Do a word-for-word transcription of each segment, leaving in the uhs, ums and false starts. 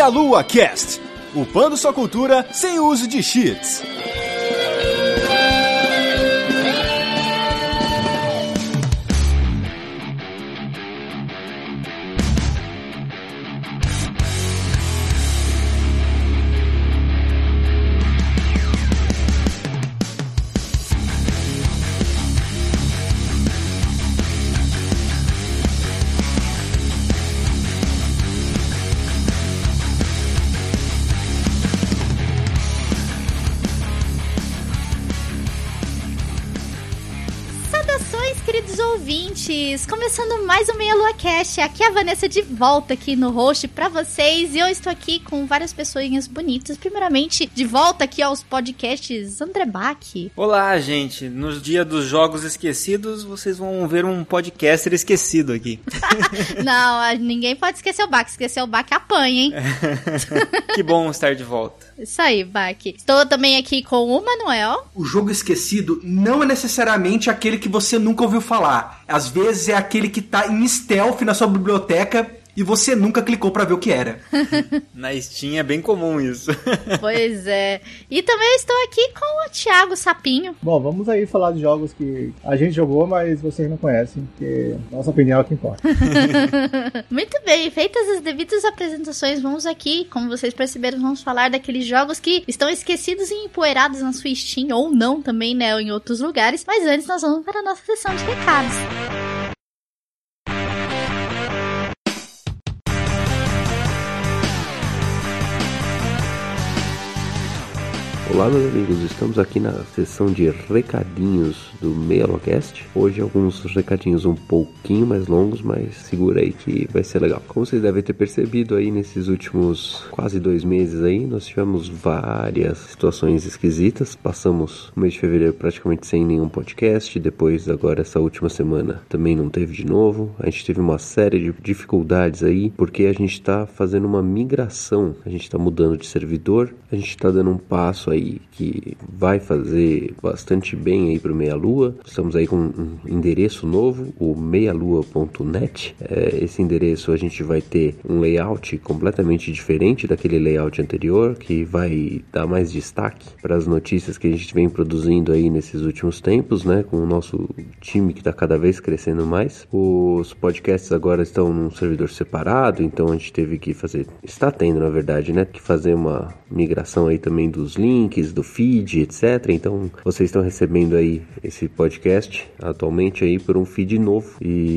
Meia Lua Cast, upando sua cultura sem uso de cheats. Ouvintes, começando mais um Meia Lua Cast. Aqui é a Vanessa de volta aqui no host pra vocês. E eu estou aqui com várias pessoinhas bonitas. Primeiramente, de volta aqui aos podcasts, André Bach. Olá, gente. Nos dias dos jogos esquecidos, vocês vão ver um podcaster esquecido aqui. Não, ninguém pode esquecer o Bach. Esquecer o Bach apanha, hein? Que bom estar de volta. Isso aí, Bach. Estou também aqui com o Manuel. O jogo esquecido não é necessariamente aquele que você nunca ouviu falar. Às vezes é aquele que tá em stealth na sua biblioteca e você nunca clicou pra ver o que era. Na Steam é bem comum isso. Pois é. E também estou aqui com o Thiago Sapinho. Bom, vamos aí falar de jogos que a gente jogou, mas vocês não conhecem, porque nossa opinião é o que importa. Muito bem, feitas as devidas apresentações, vamos aqui, como vocês perceberam, vamos falar daqueles jogos que estão esquecidos e empoeirados na sua Steam, ou não também, né, ou em outros lugares. Mas antes nós vamos para a nossa sessão de recados. Olá, meus amigos, estamos aqui na sessão de recadinhos do Meia Lua Cast. Hoje alguns recadinhos um pouquinho mais longos, mas segura aí que vai ser legal. Como vocês devem ter percebido aí nesses últimos quase dois meses aí, nós tivemos várias situações esquisitas. Passamos o mês de fevereiro praticamente sem nenhum podcast, depois agora essa última semana também não teve de novo. A gente teve uma série de dificuldades aí, porque a gente está fazendo uma migração, a gente está mudando de servidor, a gente está dando um passo aí que vai fazer bastante bem aí pro Meia Lua. Estamos aí com um endereço novo, o meia lua ponto net. É, esse endereço a gente vai ter um layout completamente diferente daquele layout anterior, que vai dar mais destaque para as notícias que a gente vem produzindo aí nesses últimos tempos, né, com o nosso time que está cada vez crescendo mais. Os podcasts agora estão num servidor separado, então a gente teve que fazer, está tendo na verdade, né, que fazer uma migração aí também dos links, do feed, etcétera. Então, vocês estão recebendo aí esse podcast atualmente aí por um feed novo.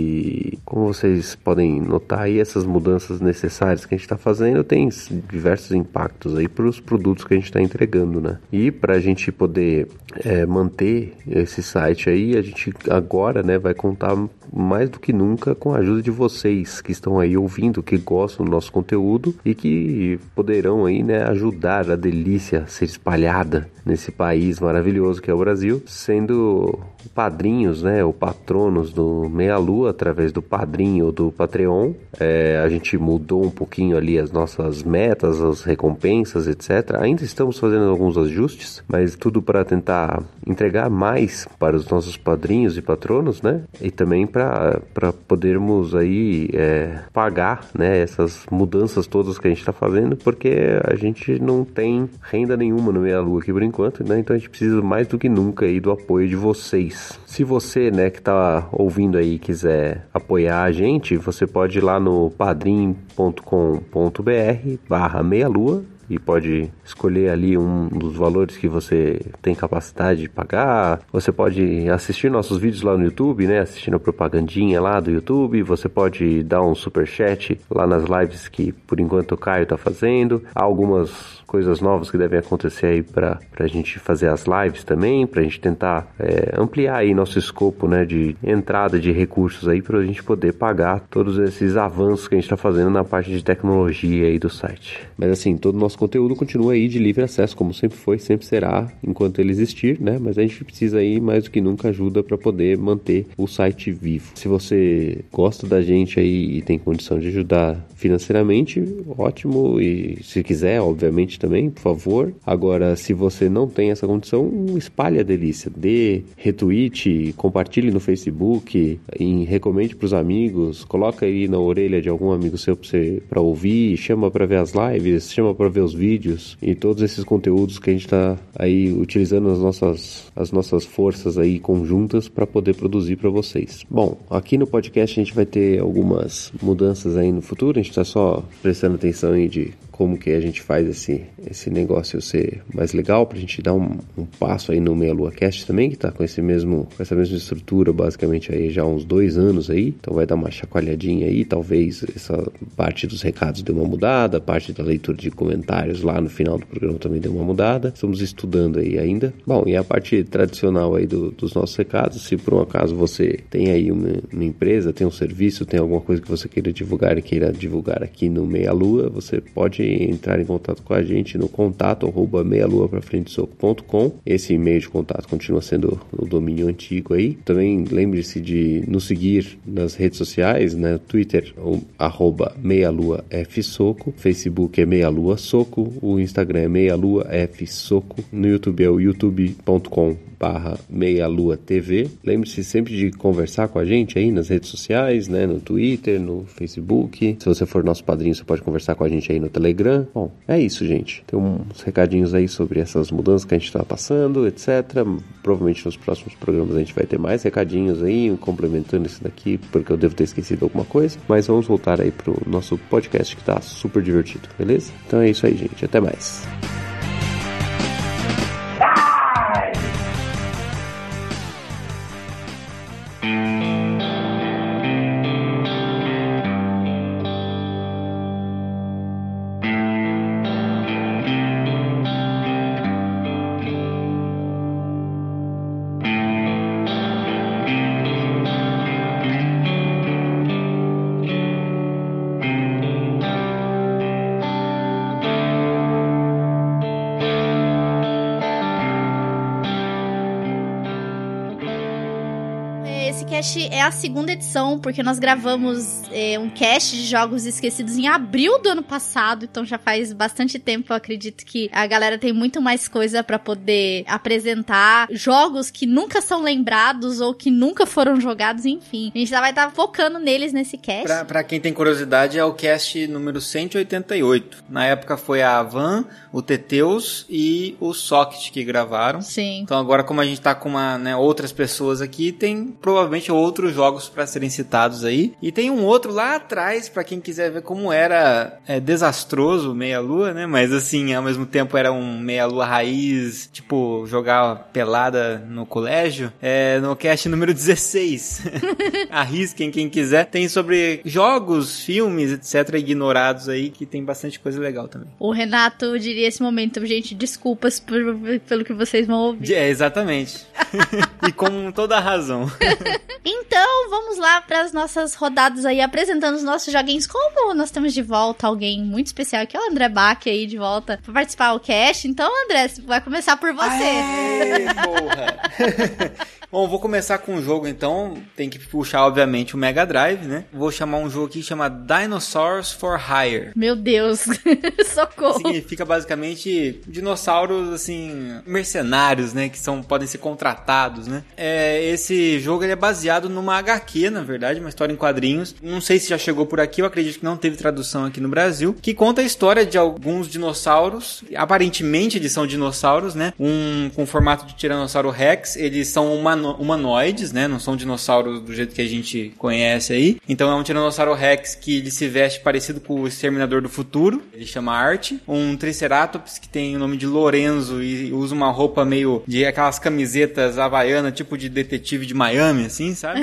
E como vocês podem notar aí, essas mudanças necessárias que a gente está fazendo tem diversos impactos aí para os produtos que a gente está entregando, né? E para a gente poder é, manter esse site aí, a gente agora, né, vai contar mais do que nunca com a ajuda de vocês que estão aí ouvindo, que gostam do nosso conteúdo e que poderão aí, né, ajudar a delícia a ser espalhada nesse país maravilhoso que é o Brasil, sendo padrinhos, né, ou patronos do Meia Lua através do Padrinho ou do Patreon. É, a gente mudou um pouquinho ali as nossas metas, as recompensas, etcétera. Ainda estamos fazendo alguns ajustes, mas tudo para tentar entregar mais para os nossos padrinhos e patronos, né, e também para para podermos aí é, pagar, né, essas mudanças todas que a gente está fazendo, porque a gente não tem renda nenhuma no Meia Lua aqui por enquanto, né, então a gente precisa mais do que nunca aí do apoio de vocês. Se você, né, que tá ouvindo aí quiser apoiar a gente, você pode ir lá no padrim ponto com ponto br barra meia lua e pode escolher ali um dos valores que você tem capacidade de pagar. Você pode assistir nossos vídeos lá no YouTube, né, assistindo a propagandinha lá do YouTube. Você pode dar um superchat lá nas lives que por enquanto o Caio tá fazendo. Há algumas coisas novas que devem acontecer aí para a gente fazer as lives também, para a gente tentar é, ampliar aí nosso escopo, né, de entrada de recursos aí para a gente poder pagar todos esses avanços que a gente está fazendo na parte de tecnologia aí do site. Mas assim, todo o nosso nosso conteúdo continua aí de livre acesso, como sempre foi, sempre será, enquanto ele existir, né? Mas a gente precisa aí, mais do que nunca, ajuda para poder manter o site vivo. Se você gosta da gente aí e tem condição de ajudar financeiramente, ótimo, e se quiser, obviamente também, por favor. Agora, se você não tem essa condição, espalhe a delícia, dê retweet, compartilhe no Facebook, e recomende para os amigos, coloca aí na orelha de algum amigo seu para você para ouvir, chama para ver as lives, chama para ver os vídeos e todos esses conteúdos que a gente está aí utilizando as nossas, as nossas forças aí conjuntas para poder produzir para vocês. Bom, aqui no podcast a gente vai ter algumas mudanças aí no futuro, a gente está só prestando atenção aí de como que a gente faz esse, esse negócio ser mais legal, pra gente dar um, um passo aí no Meia Lua Cast também, que tá com esse mesmo, com essa mesma estrutura basicamente aí já há uns dois anos aí, então vai dar uma chacoalhadinha aí, talvez essa parte dos recados dê uma mudada, a parte da leitura de comentários lá no final do programa também deu uma mudada, estamos estudando aí ainda. Bom, e a parte tradicional aí do, dos nossos recados, se por um acaso você tem aí uma, uma empresa, tem um serviço, tem alguma coisa que você queira divulgar e queira divulgar aqui no Meia Lua, você pode entrar em contato com a gente no contato arroba meia lua pra frente soco ponto com. Esse e-mail de contato continua sendo o domínio antigo aí. Também lembre-se de nos seguir nas redes sociais, né? Twitter, arroba meia lua f soco, Facebook é meia lua soco, o Instagram é meia lua f soco, no YouTube é o youtube ponto com barra meia lua tv. Lembre-se sempre de conversar com a gente aí nas redes sociais, né? No Twitter, no Facebook. Se você for nosso padrinho, você pode conversar com a gente aí no Telegram. Bom, é isso, gente. Tem uns recadinhos aí sobre essas mudanças que a gente tá passando, etcétera. Provavelmente nos próximos programas a gente vai ter mais recadinhos aí, complementando isso daqui, porque eu devo ter esquecido alguma coisa. Mas vamos voltar aí pro nosso podcast que tá super divertido, beleza? Então é isso aí, gente. Até mais. É a segunda edição, porque nós gravamos é, um cast de jogos esquecidos em abril do ano passado, então já faz bastante tempo. Eu acredito que a galera tem muito mais coisa pra poder apresentar, jogos que nunca são lembrados ou que nunca foram jogados, enfim. A gente já vai estar focando neles nesse cast. Pra, pra quem tem curiosidade, é o cast número cento e oitenta e oito. Na época foi a Avan, o Teteus e o Socket que gravaram. Sim. Então agora, como a gente tá com uma, né, outras pessoas aqui, tem provavelmente outros jogos para serem citados aí. E tem um outro lá atrás, para quem quiser ver como era é, desastroso o Meia Lua, né? Mas assim, ao mesmo tempo era um Meia Lua raiz, tipo, jogar pelada no colégio. É, no cast número dezesseis. Arrisquem quem quiser. Tem sobre jogos, filmes, etcétera, ignorados aí, que tem bastante coisa legal também. O Renato diria esse momento, gente, desculpas por, pelo que vocês vão ouvir. É, exatamente. E com toda a razão. Então, vamos lá para as nossas rodadas aí, apresentando os nossos joguinhos. Como nós temos de volta alguém muito especial, que é o André Bach aí, de volta para participar do cast. Então, André, vai começar por você. Aê, porra! Bom, vou começar com um jogo, então. Tem que puxar, obviamente, o Mega Drive, né? Vou chamar um jogo aqui que chama Dinosaurs for Hire. Meu Deus, socorro. Significa, basicamente, dinossauros, assim, mercenários, né? Que são, podem ser contratados, né? É, esse jogo ele é baseado numa H Q, na verdade, uma história em quadrinhos. Não sei se já chegou por aqui, eu acredito que não teve tradução aqui no Brasil, que conta a história de alguns dinossauros. Aparentemente, eles são dinossauros, né? Um com formato de Tiranossauro Rex. Eles são humano- humanoides, né? Não são dinossauros do jeito que a gente conhece aí. Então é um Tiranossauro Rex que ele se veste parecido com o Exterminador do Futuro. Ele chama Art. Um Triceratops que tem o nome de Lorenzo e usa uma roupa meio de aquelas camisetas havaianas, tipo de detetive de Miami, assim, sabe?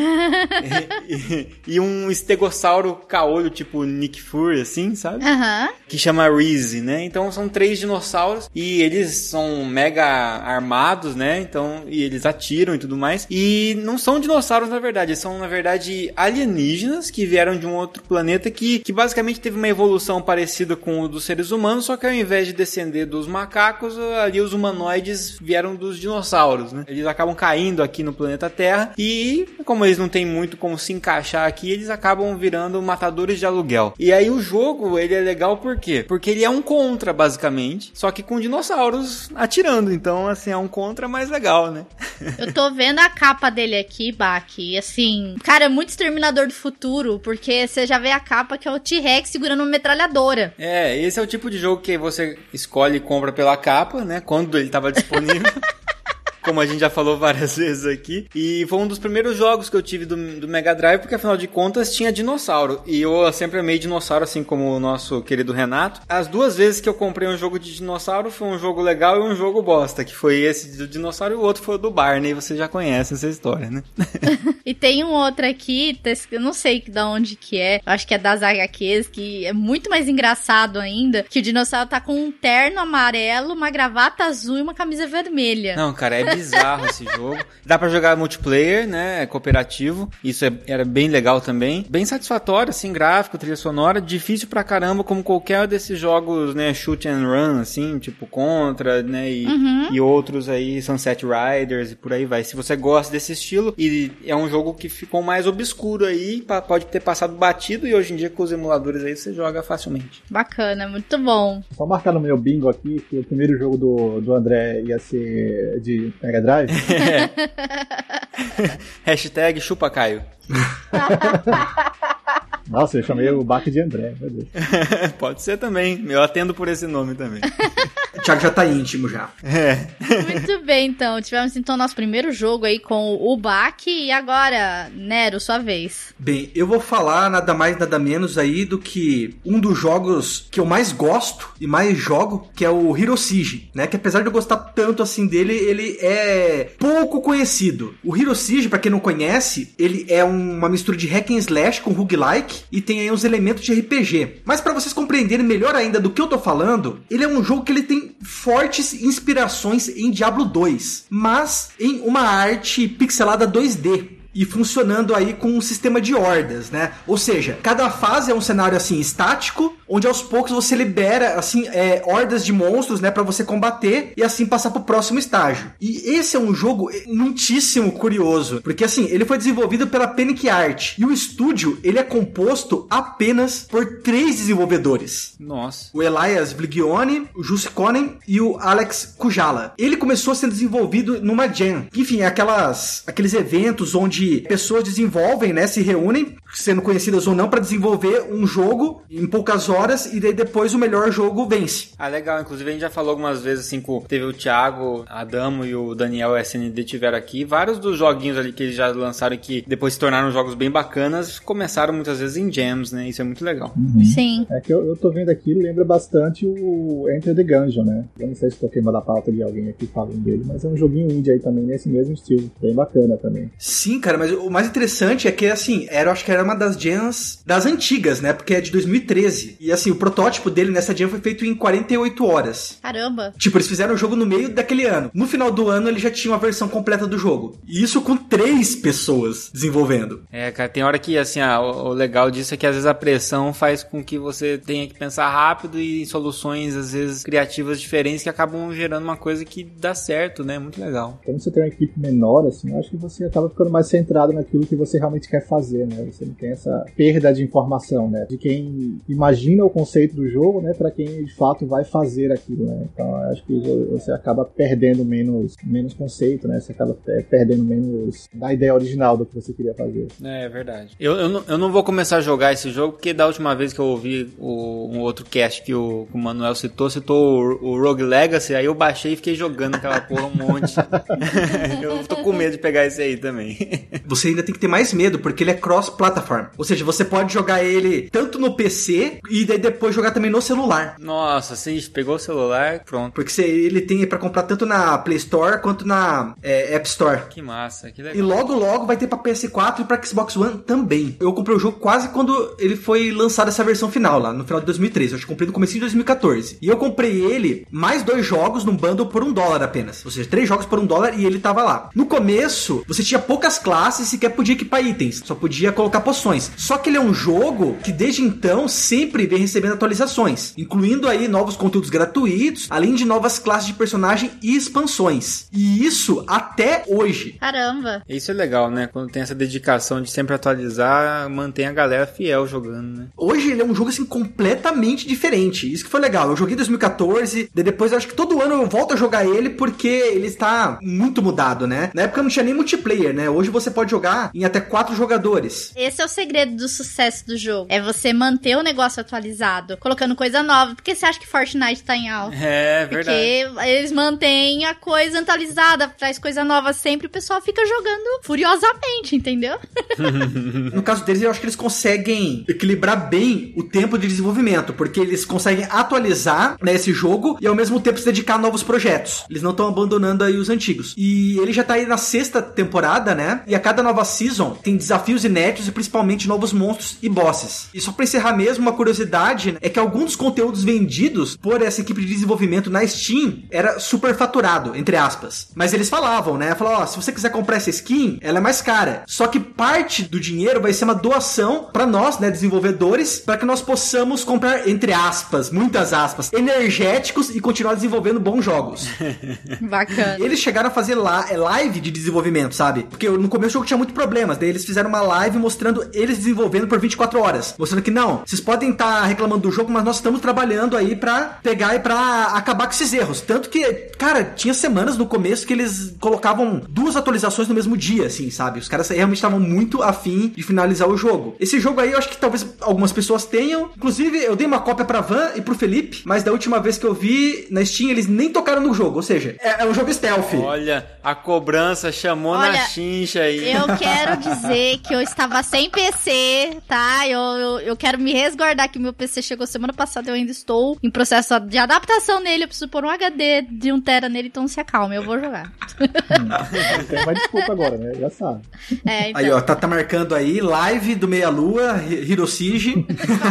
e, e, e um estegossauro caolho, tipo Nick Fury, assim, sabe? Aham. Uhum. Que chama Reese, né? Então são três dinossauros e eles são mega armados, né? Então, e eles atiram e tudo mais. E não são dinossauros, na verdade. São, na verdade, alienígenas que vieram de um outro planeta que, que basicamente teve uma evolução parecida com o dos seres humanos, só que ao invés de descender dos macacos, ali os humanoides vieram dos dinossauros, né? Eles acabam caindo aqui no planeta Terra e, como eles não têm muito como se encaixar aqui, eles acabam virando matadores de aluguel. E aí o jogo, ele é legal por quê? Porque ele é um contra, basicamente, só que com dinossauros atirando. Então, assim, é um contra mais legal, né? Eu tô vendo a capa dele aqui, Baki, e assim, cara, é muito Exterminador do Futuro, porque você já vê a capa que é o T-Rex segurando uma metralhadora. É, esse é o tipo de jogo que você escolhe e compra pela capa, né? Quando ele tava disponível. Como a gente já falou várias vezes aqui. E foi um dos primeiros jogos que eu tive do, do Mega Drive, porque afinal de contas tinha dinossauro. E eu sempre amei dinossauro, assim como o nosso querido Renato. As duas vezes que eu comprei um jogo de dinossauro foi um jogo legal e um jogo bosta, que foi esse do dinossauro e o outro foi o do Barney. Você já conhece essa história, né? E tem um outro aqui, eu não sei de onde que é, eu acho que é das H Qs, que é muito mais engraçado ainda, que o dinossauro tá com um terno amarelo, uma gravata azul e uma camisa vermelha. Não, cara, é bizarro esse jogo. Dá pra jogar multiplayer, né? Cooperativo. Isso é, era bem legal também. Bem satisfatório, assim, gráfico, trilha sonora. Difícil pra caramba, como qualquer desses jogos, né? Shoot and run, assim, tipo Contra, né? E, uhum. e outros aí, Sunset Riders e por aí vai. Se você gosta desse estilo, e é um jogo que ficou mais obscuro aí, pode ter passado batido, e hoje em dia com os emuladores aí você joga facilmente. Bacana, muito bom. Só marcar no meu bingo aqui que o primeiro jogo do, do André ia ser de Mega Drive. É. Hashtag chupa Caio. Nossa, eu chamei o Baki de André, meu Deus. Pode ser também, eu atendo por esse nome também. O Thiago já tá íntimo já. É. Muito bem, então. Tivemos então nosso primeiro jogo aí com o Baki. E agora, Nero, sua vez. Bem, eu vou falar nada mais, nada menos aí do que um dos jogos que eu mais gosto e mais jogo, que é o Hero Siege, né? Que apesar de eu gostar tanto assim dele, ele é pouco conhecido. O Hero Siege, pra quem não conhece, ele é uma mistura de hack and slash com roguelike e tem aí uns elementos de R P G. Mas pra vocês compreenderem melhor ainda do que eu tô falando, ele é um jogo que ele tem fortes inspirações em Diablo dois, mas em uma arte pixelada dois D. E funcionando aí com um sistema de hordas, né? Ou seja, cada fase é um cenário assim estático, onde aos poucos você libera assim é, hordas de monstros, né, para você combater e assim passar pro próximo estágio. E esse é um jogo muitíssimo curioso, porque assim ele foi desenvolvido pela Panic Art e o estúdio ele é composto apenas por três desenvolvedores. Nossa. O Elias Vligione, o Jussi Konen e o Alex Kujala. Ele começou sendo desenvolvido numa jam, que, enfim, é aquelas aqueles eventos onde pessoas desenvolvem, né, se reúnem, sendo conhecidas ou não, para desenvolver um jogo em poucas horas e daí depois o melhor jogo vence. Ah, legal. Inclusive a gente já falou algumas vezes assim, com, teve o Thiago, a Adamo e o Daniel S N D tiveram aqui. Vários dos joguinhos ali que eles já lançaram e que depois se tornaram jogos bem bacanas, começaram muitas vezes em jams, né? Isso é muito legal. Uhum. Sim. É que eu, eu tô vendo aqui, lembra bastante o Enter the Gungeon, né? Eu não sei se tô queimando a pauta de alguém aqui falando dele, mas é um joguinho indie aí também, nesse mesmo estilo. Bem bacana também. Sim, cara, mas o mais interessante é que, assim, era, acho que era uma das jams das antigas, né? Porque é de dois mil e treze. E, assim, o protótipo dele nessa jam foi feito em quarenta e oito horas. Caramba! Tipo, eles fizeram o jogo no meio daquele ano. No final do ano, ele já tinha uma versão completa do jogo. E isso com três pessoas desenvolvendo. É, cara, tem hora que, assim, ah, o, o legal disso é que às vezes a pressão faz com que você tenha que pensar rápido e em soluções, às vezes, criativas diferentes que acabam gerando uma coisa que dá certo, né? Muito legal. Quando você tem uma equipe menor, assim, eu acho que você acaba ficando mais centrado naquilo que você realmente quer fazer, né? Você não tem essa perda de informação, né? De quem imagina o conceito do jogo, né? Pra quem de fato vai fazer aquilo, né? Então eu acho que você acaba perdendo menos, menos conceito, né? Você acaba perdendo menos da ideia original do que você queria fazer. É, é verdade. Eu, eu, não, eu não vou começar a jogar esse jogo porque da última vez que eu ouvi o, um outro cast que o, que o Manuel citou, citou o, o Rogue Legacy, aí eu baixei e fiquei jogando aquela porra um monte. Eu tô com medo de pegar esse aí também. Você ainda tem que ter mais medo, porque ele é cross-platform. Ou seja, você pode jogar ele tanto no P C e e daí depois jogar também no celular. Nossa, você pegou o celular, pronto. Porque você, ele tem pra comprar tanto na Play Store quanto na é, App Store. Que massa, que legal. E logo, logo vai ter pra P S quatro e pra Xbox One também. Eu comprei o jogo quase quando ele foi lançado essa versão final, lá no final de dois mil e treze. Eu acho que comprei no comecinho de dois mil e quatorze. E eu comprei ele, mais dois jogos num bundle por um dólar apenas. Ou seja, três jogos por um dólar e ele tava lá. No começo, você tinha poucas classes e sequer podia equipar itens. Só podia colocar poções. Só que ele é um jogo que desde então sempre vem recebendo atualizações. Incluindo aí novos conteúdos gratuitos, além de novas classes de personagem e expansões. E isso até hoje. Caramba. Isso é legal, né? Quando tem essa dedicação de sempre atualizar, mantém a galera fiel jogando, né? Hoje ele é um jogo, assim, completamente diferente. Isso que foi legal. Eu joguei em dois mil e quatorze, daí depois eu acho que todo ano eu volto a jogar ele porque ele está muito mudado, né? Na época não tinha nem multiplayer, né? Hoje você pode jogar em até quatro jogadores. Esse é o segredo do sucesso do jogo. É você manter o negócio atualizado, colocando coisa nova. Por que você acha que Fortnite tá em alta? É, verdade. Porque eles mantêm a coisa atualizada, traz coisa nova sempre, o pessoal fica jogando furiosamente, entendeu? No caso deles, eu acho que eles conseguem equilibrar bem o tempo de desenvolvimento, porque eles conseguem atualizar, né, esse jogo e ao mesmo tempo se dedicar a novos projetos. Eles não estão abandonando aí os antigos. E ele já tá aí na sexta temporada, né? E a cada nova season tem desafios inéditos e principalmente novos monstros e bosses. E só pra encerrar mesmo, uma curiosidade, né, é que alguns dos conteúdos vendidos por essa equipe de desenvolvimento na Steam era superfaturado, entre aspas. Mas eles falavam, né? Falavam, ó, se você quiser comprar essa skin, ela é mais cara. Só que parte do dinheiro vai ser uma doação pra nós, né, desenvolvedores, pra que nós possamos comprar, entre aspas, muitas aspas, energéticos e continuar desenvolvendo bons jogos. Bacana. Eles chegaram a fazer la- live de desenvolvimento, sabe? Porque no começo o jogo tinha muitos problemas. Daí eles fizeram uma live mostrando eles desenvolvendo por vinte e quatro horas. Mostrando que não, vocês podem estar tá reclamando do jogo, mas nós estamos trabalhando aí pra pegar e pra acabar com esses erros. Tanto que, cara, tinha semanas no começo que eles colocavam duas atualizações no mesmo dia, assim, sabe? Os caras realmente estavam muito afim de finalizar o jogo. Esse jogo aí eu acho que talvez algumas pessoas tenham. Inclusive, eu dei uma cópia pra Van e pro Felipe, mas da última vez que eu vi na Steam, eles nem tocaram no jogo. Ou seja, é, é um jogo stealth. Olha, a cobrança chamou Olha, na chincha aí. Eu quero dizer que eu estava sem P C, tá? Eu, eu, eu quero me resguardar que meu P C chegou semana passada, eu ainda estou em processo de adaptação nele, eu preciso pôr um H D de um tera nele, então se acalma, eu vou jogar. Não tem mais desculpa agora, né? Já sabe. É, então. Aí, ó, tá, tá marcando aí, live do Meia Lua, Hirosige.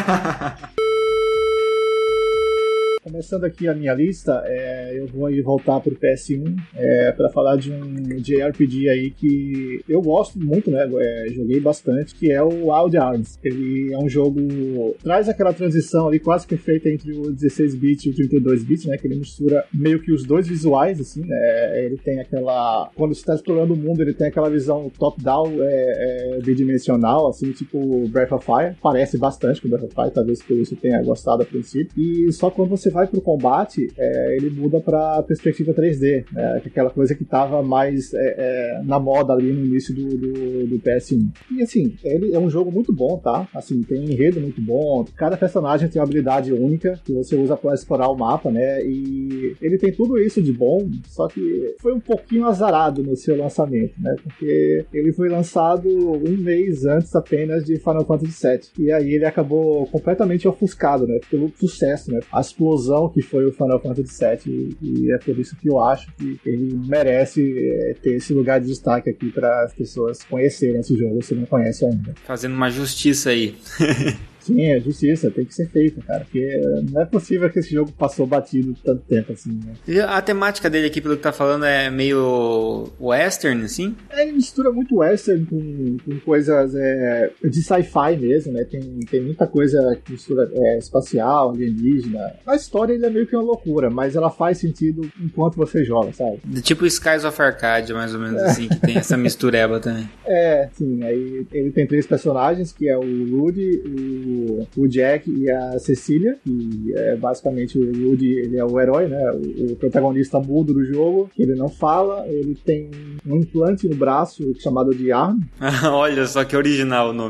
Começando aqui a minha lista, é, eu vou aí voltar pro P S um é, para falar de um J R P G aí que eu gosto muito, né? É, joguei bastante, que é o Wild Arms. Ele é um jogo traz aquela transição ali quase perfeita entre o dezesseis bit e o trinta e dois bit, né? Que ele mistura meio que os dois visuais, assim, né? Ele tem aquela... Quando você está explorando o mundo, ele tem aquela visão top-down é, é, bidimensional, assim, tipo Breath of Fire. Parece bastante com Breath of Fire, talvez por isso tenha gostado a princípio. E só quando você vai pro combate, é, ele muda pra perspectiva três D, né? Aquela coisa que tava mais é, é, na moda ali no início do, do, do P S um. E assim, ele é um jogo muito bom, tá? Assim, tem um enredo muito bom, cada personagem tem uma habilidade única que você usa pra explorar o mapa, né? E ele tem tudo isso de bom, só que foi um pouquinho azarado no seu lançamento, né? Porque ele foi lançado um mês antes apenas de Final Fantasy sete. E aí ele acabou completamente ofuscado, né? Pelo sucesso, né? A explosão que foi o Final Fantasy sete, e, e é por isso que eu acho que ele merece é, ter esse lugar de destaque aqui para as pessoas conhecerem esse jogo, se não conhece ainda. Fazendo uma justiça aí. Sim, a justiça tem que ser feita, cara, porque não é possível que esse jogo passou batido tanto tempo assim, né? E a temática dele aqui, pelo que tá falando, é meio western, assim? É, ele mistura muito western com, com coisas é, de sci-fi mesmo, né? Tem, tem muita coisa que mistura é, espacial, alienígena. A história ele é meio que uma loucura, mas ela faz sentido enquanto você joga, sabe? Tipo Skies of Arcadia, mais ou menos assim, que tem essa mistureba também. É, sim, aí ele tem três personagens, que é o Rudy, o o Jack e a Cecília, que é basicamente o Rudy, ele é o herói, né, o, o protagonista mudo do jogo, que ele não fala, ele tem um implante no braço chamado de arm. Olha só que original o nome.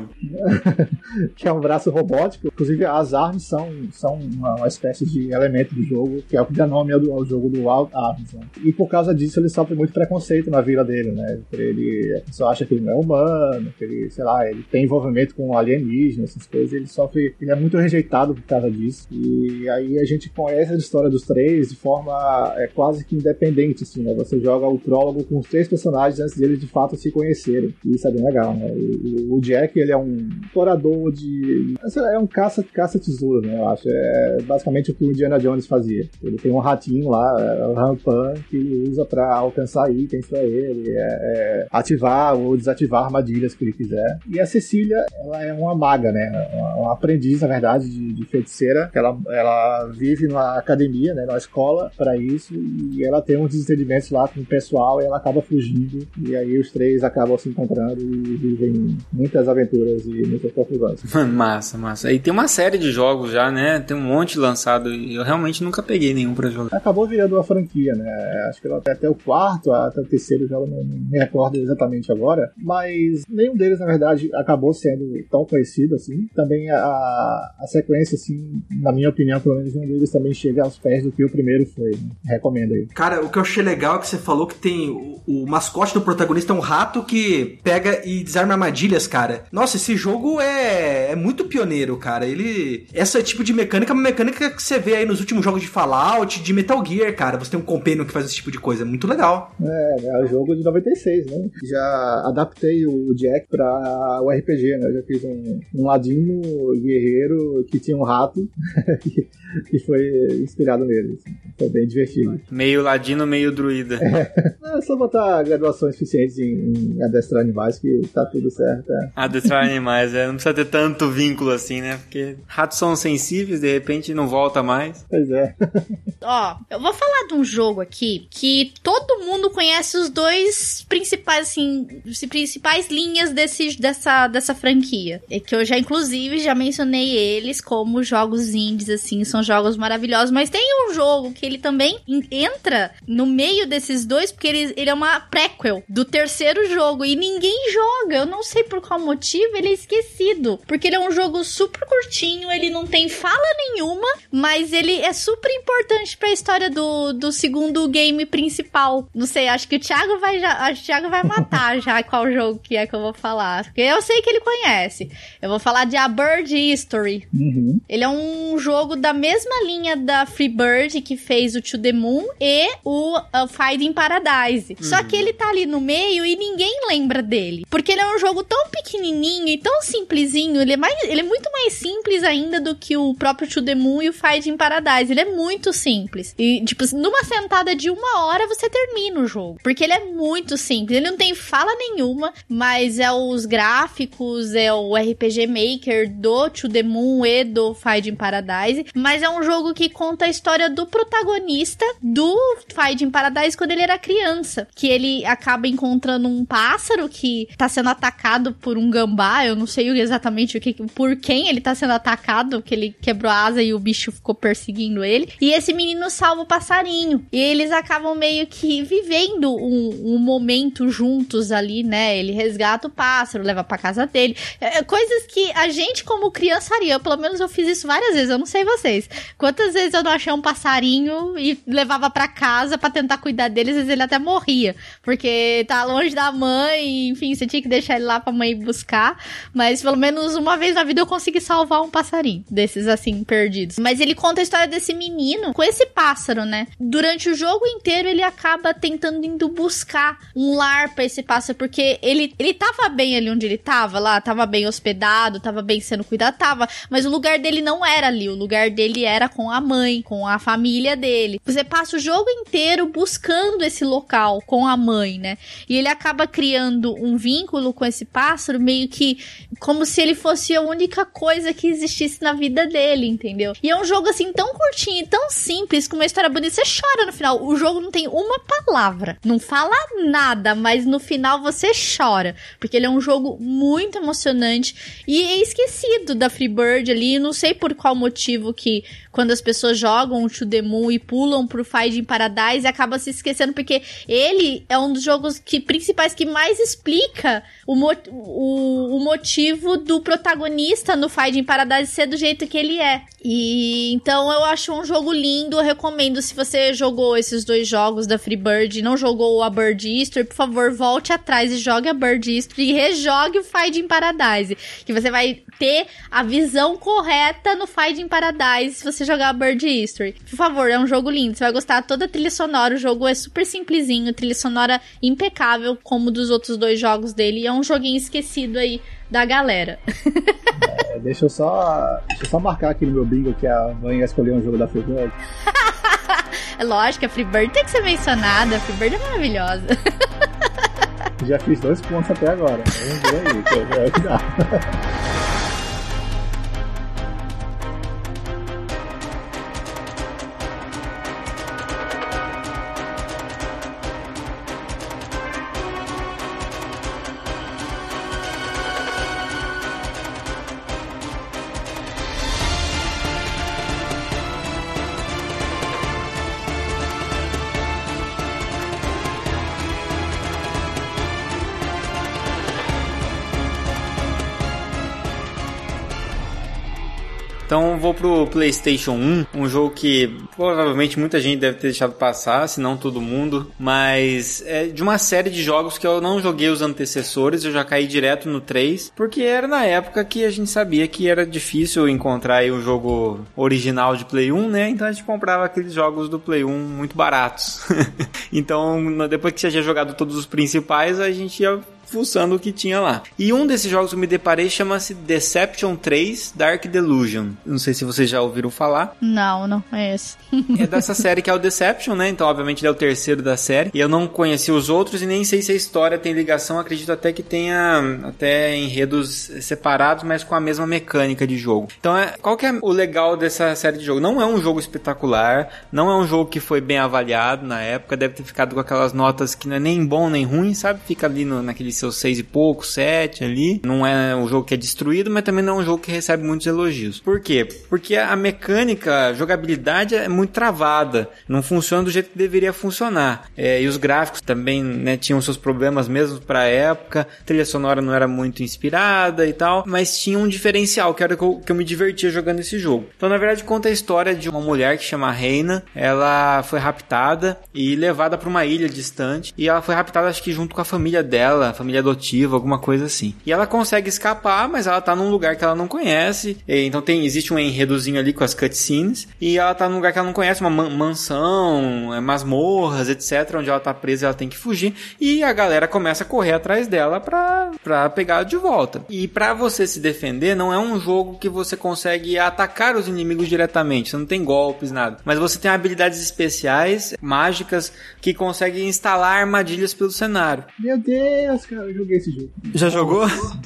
que é um braço robótico. Inclusive, as armas são, são uma, uma espécie de elemento do jogo, que é o que dá nome ao, ao jogo do Wild Arms, né? E por causa disso, ele sofre muito preconceito na vila dele, né? Ele, a pessoa acha que ele não é humano, que ele, sei lá, ele tem envolvimento com alienígenas, essas coisas. Ele sofre, ele é muito rejeitado por causa disso. E aí a gente conhece a história dos três de forma é, quase que independente, assim, né? Você joga o prólogo com os três personagens antes deles de fato se conhecerem. E isso é bem legal, né? O, o Jack, ele é um explorador de... é um caça, caça-tesouro, né? Eu acho. É basicamente o que o Indiana Jones fazia. Ele tem um ratinho lá, o Rampan, que ele usa pra alcançar itens pra ele, é, é, ativar ou desativar armadilhas que ele quiser. E a Cecília, ela é uma maga, né? Uma, uma aprendiz, na verdade, de, de feiticeira. Ela, ela vive numa academia, né? Numa escola pra isso, e ela tem uns desentendimentos lá com o pessoal e ela acaba fugindo. E aí os três acabam se encontrando e vivem muitas aventuras e muitas confusões. Massa, massa. E tem uma série de jogos já, né? Tem um monte lançado e eu realmente nunca peguei nenhum pra jogar. Acabou virando uma franquia, né? Acho que ela até o quarto, até o terceiro jogo, não, não me recordo exatamente agora, mas nenhum deles, na verdade, acabou sendo tão conhecido assim. Também a, a sequência, assim, na minha opinião, pelo menos nenhum deles também chega aos pés do que o primeiro foi, né? Recomendo aí. Cara, o que eu achei legal é que você falou que tem o, o mascote do protagonista é um rato que pega e desarma armadilhas, cara. Nossa, esse jogo é, é muito pioneiro, cara. Ele... Esse tipo de mecânica é uma mecânica que você vê aí nos últimos jogos de Fallout, de Metal Gear, cara. Você tem um companion que faz esse tipo de coisa. É muito legal. É, é o jogo de noventa e seis, né? Já adaptei o Jack pra o R P G, né? Eu já fiz um, um ladino guerreiro que tinha um rato e foi inspirado nele. Assim. Foi bem divertido. Meio ladino, meio druida. É, é só botar graduações suficientes em, em adestrar animais que tá tudo certo. É. Adestrar animais, é. Não precisa ter tanto vínculo assim, né? Porque ratos são sensíveis, de repente não volta mais. Pois é. Ó, eu vou falar de um jogo aqui que todo mundo conhece os dois principais, assim, as principais linhas desse, dessa, dessa franquia. É que eu já, inclusive, já mencionei eles como jogos indies, assim, são jogos maravilhosos, mas tem um jogo que ele também entra no meio desses dois, porque ele, ele é uma prequel do terceiro jogo, e ninguém joga, eu não sei por qual motivo, ele é esquecido, porque ele é um jogo super curtinho, ele não tem fala nenhuma, mas ele é super importante pra história do, do segundo game principal. Não sei, acho que o Thiago vai, já, acho que o Thiago vai matar já qual jogo que é que eu vou falar, porque eu sei que ele conhece. Eu vou falar de A Bird History. Uhum. Ele é um jogo da mesma linha da Freebird, que fez o To The Moon e o uh, Finding Paradise. Uhum. Só que ele tá ali no meio e ninguém lembra dele, porque ele é um jogo tão pequenininho e tão simplesinho, ele é, mais, ele é muito mais simples ainda do que o próprio To The Moon e o Finding Paradise. Ele é muito simples. E, tipo, numa sentada de uma hora você termina o jogo, porque ele é muito simples. Ele não tem fala nenhuma, mas é os gráficos, é o R P G Maker do To The Moon e do Finding Paradise, mas é um jogo que conta a história do protagonista do Finding Paradise quando ele era criança, que ele acaba encontrando um pássaro que tá sendo atacado por um gambá, eu não sei exatamente o que, por quem ele tá sendo atacado, que ele quebrou a asa e o bicho ficou perseguindo ele, e esse menino salva o passarinho, e eles acabam meio que vivendo um, um momento juntos ali, né, ele resgata o pássaro, leva pra casa dele, é, coisas que a gente como criança faria, pelo menos eu fiz isso várias vezes, eu não sei vocês, quantas vezes eu não achei um passarinho e levava pra casa pra tentar cuidar dele, às vezes ele até morria, porque tá longe da mãe, enfim, você tinha que deixar ele lá pra mãe buscar, mas pelo menos uma vez na vida eu consegui salvar um passarinho, desses assim, perdidos. Mas ele conta a história desse menino com esse pássaro, né? Durante o jogo inteiro ele acaba tentando indo buscar um lar pra esse pássaro, porque ele, ele tava bem ali onde ele tava, lá, tava bem hospedado, tava bem sendo cuidado, tava, mas o lugar dele não era ali, o lugar dele era com a mãe, com a família dele. Você passa o jogo inteiro buscando esse local com a mãe, né? E ele acaba criando um vínculo com esse pássaro, meio que como se ele fosse a única coisa que existisse na vida dele, entendeu? E é um jogo assim tão curtinho e tão simples, com uma história bonita, você chora no final. O jogo não tem uma palavra, não fala nada, mas no final você chora, porque ele é um jogo muito emocionante e é esquecido da Freebird ali, não sei por qual motivo que quando as pessoas jogam o To The Moon e pulam pro Finding Paradise, acaba se esquecendo, porque ele é um dos jogos que, principais que mais explica o, mo- o, o motivo motivo do protagonista no Finding Paradise ser do jeito que ele é. E então eu acho um jogo lindo, eu recomendo, se você jogou esses dois jogos da Freebird e não jogou a Bird History, por favor, volte atrás e jogue a Bird History e rejogue o Finding Paradise, que você vai ter a visão correta no Finding Paradise se você jogar a Bird History. Por favor, é um jogo lindo, você vai gostar toda a trilha sonora, o jogo é super simplesinho, trilha sonora impecável, como dos outros dois jogos dele, e é um joguinho esquecido aí da galera. É, deixa eu só deixa eu só marcar aqui no meu bingo que a mãe ia escolher um jogo da Freebird. É lógico, a Freebird tem que ser mencionada, a Freebird é maravilhosa. Já fiz dois pontos até agora, vamos ver aí, que é o que dá. Então vou pro PlayStation um, um jogo que provavelmente muita gente deve ter deixado passar, se não todo mundo, mas é de uma série de jogos que eu não joguei os antecessores, eu já caí direto no três, porque era na época que a gente sabia que era difícil encontrar aí o jogo original de Play um, né? Então a gente comprava aqueles jogos do Play um muito baratos. Então depois que você tinha jogado todos os principais, a gente ia fuçando o que tinha lá. E um desses jogos que eu me deparei chama-se Deception três Dark Delusion. Não sei se vocês já ouviram falar. Não, não conheço. É dessa série que é o Deception, né? Então, obviamente, ele é o terceiro da série. E eu não conheci os outros e nem sei se a história tem ligação. Acredito até que tenha até enredos separados, mas com a mesma mecânica de jogo. Então, é, qual que é o legal dessa série de jogo? Não é um jogo espetacular, não é um jogo que foi bem avaliado na época, deve ter ficado com aquelas notas que não é nem bom nem ruim, sabe? Fica ali no, naquele seus seis e pouco, sete ali. Não é um jogo que é destruído, mas também não é um jogo que recebe muitos elogios. Por quê? Porque a mecânica, a jogabilidade é muito travada. Não funciona do jeito que deveria funcionar. É, e os gráficos também, né, tinham seus problemas mesmo pra época. A trilha sonora não era muito inspirada e tal, mas tinha um diferencial, que era que eu, que eu me divertia jogando esse jogo. Então, na verdade, conta a história de uma mulher que chama Reina. Ela foi raptada e levada pra uma ilha distante. E ela foi raptada, acho que junto com a família dela, a família adotiva, alguma coisa assim. E ela consegue escapar, mas ela tá num lugar que ela não conhece. E, então tem, existe um enredozinho ali com as cutscenes. E ela tá num lugar que ela não conhece, uma man- mansão, é, masmorras, etcétera. Onde ela tá presa e ela tem que fugir. E a galera começa a correr atrás dela pra, pra pegar ela de volta. E pra você se defender, não é um jogo que você consegue atacar os inimigos diretamente. Você não tem golpes, nada. Mas você tem habilidades especiais, mágicas, que conseguem instalar armadilhas pelo cenário. Meu Deus, cara, eu joguei esse jogo. Já jogou?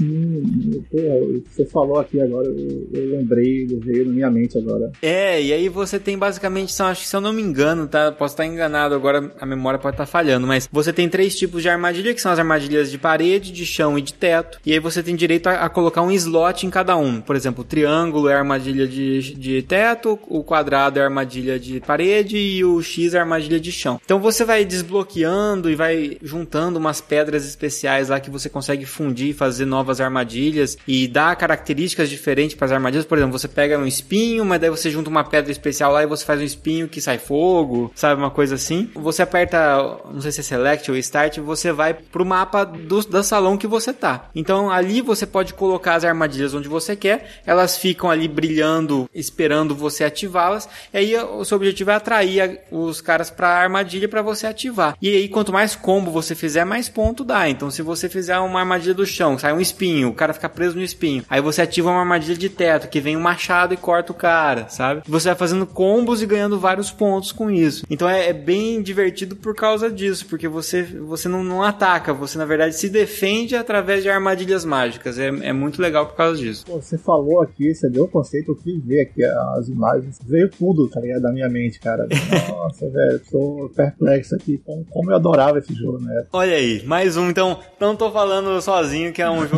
Hum, você falou aqui agora, eu, eu lembrei, veio na minha mente agora. É, e aí você tem basicamente, são, acho que se eu não me engano, tá? Posso estar enganado agora, a memória pode estar falhando, mas você tem três tipos de armadilha, que são as armadilhas de parede, de chão e de teto. E aí você tem direito a, a colocar um slot em cada um. Por exemplo, o triângulo é a armadilha de, de teto, o quadrado é a armadilha de parede e o X é a armadilha de chão. Então você vai desbloqueando e vai juntando umas pedras especiais lá que você consegue fundir, fazer novas armadilhas e dar características diferentes para as armadilhas. Por exemplo, você pega um espinho, mas daí você junta uma pedra especial lá e você faz um espinho que sai fogo, sabe, uma coisa assim. Você aperta, não sei se é Select ou Start, você vai pro mapa do, do salão que você tá. Então ali você pode colocar as armadilhas onde você quer, elas ficam ali brilhando, esperando você ativá-las, e aí o seu objetivo é atrair os caras pra armadilha para você ativar. E aí quanto mais combo você fizer, mais ponto dá. Então se você fizer uma armadilha do chão, sai um espinho, o cara fica preso no espinho, aí você ativa uma armadilha de teto, que vem um machado e corta o cara, sabe? Você vai fazendo combos e ganhando vários pontos com isso. Então é, é bem divertido por causa disso, porque você, você não, não ataca, você na verdade se defende através de armadilhas mágicas. É, é muito legal por causa disso. Pô, você falou aqui, você deu o conceito, eu fui ver aqui as imagens, veio tudo, tá ligado, da minha mente, cara. Nossa, velho, tô perplexo aqui, como, como eu adorava esse jogo, né? Olha aí, mais um, então, não tô falando sozinho que é um jogo divertido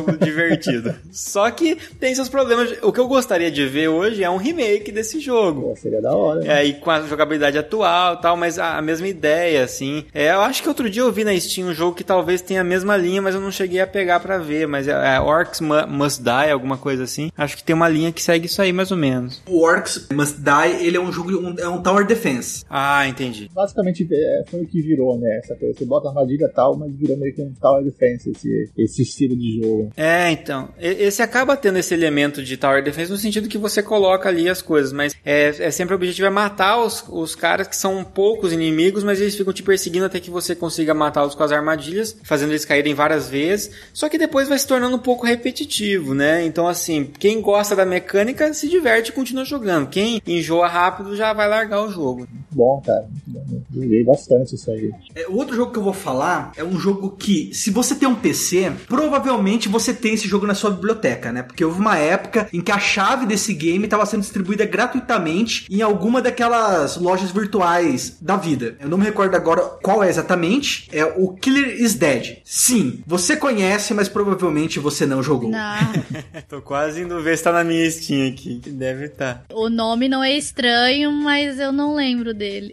divertido. Só que tem seus problemas. O que eu gostaria de ver hoje é um remake desse jogo. Pô, seria da hora. É, e com a jogabilidade atual e tal, mas a, a mesma ideia, assim. É, eu acho que outro dia eu vi na Steam um jogo que talvez tenha a mesma linha, mas eu não cheguei a pegar pra ver. Mas é, é Orcs Must Die, alguma coisa assim. Acho que tem uma linha que segue isso aí, mais ou menos. O Orcs Must Die, ele é um jogo, um, é um Tower Defense. Ah, entendi. Basicamente é, foi o que virou, né? Essa coisa. Você bota armadilha e tal, mas virou meio que um Tower Defense, esse, esse estilo de jogo. É, então. Esse acaba tendo esse elemento de Tower Defense no sentido que você coloca ali as coisas, mas é, é sempre o objetivo é matar os, os caras que são poucos inimigos, mas eles ficam te perseguindo até que você consiga matá-los com as armadilhas, fazendo eles caírem várias vezes, só que depois vai se tornando um pouco repetitivo, né? Então, assim, quem gosta da mecânica se diverte e continua jogando. Quem enjoa rápido já vai largar o jogo. Muito bom, cara. Muito bom. Joguei bastante isso aí. É, o outro jogo que eu vou falar é um jogo que, se você tem um P C, provavelmente você tem esse jogo na sua biblioteca, né? Porque houve uma época em que a chave desse game estava sendo distribuída gratuitamente em alguma daquelas lojas virtuais da vida. Eu não me recordo agora qual é exatamente. É o Killer is Dead. Sim, você conhece, mas provavelmente você não jogou. Não. Tô quase indo ver se tá na minha Steam aqui. Deve estar. O nome não é estranho, mas eu não lembro dele.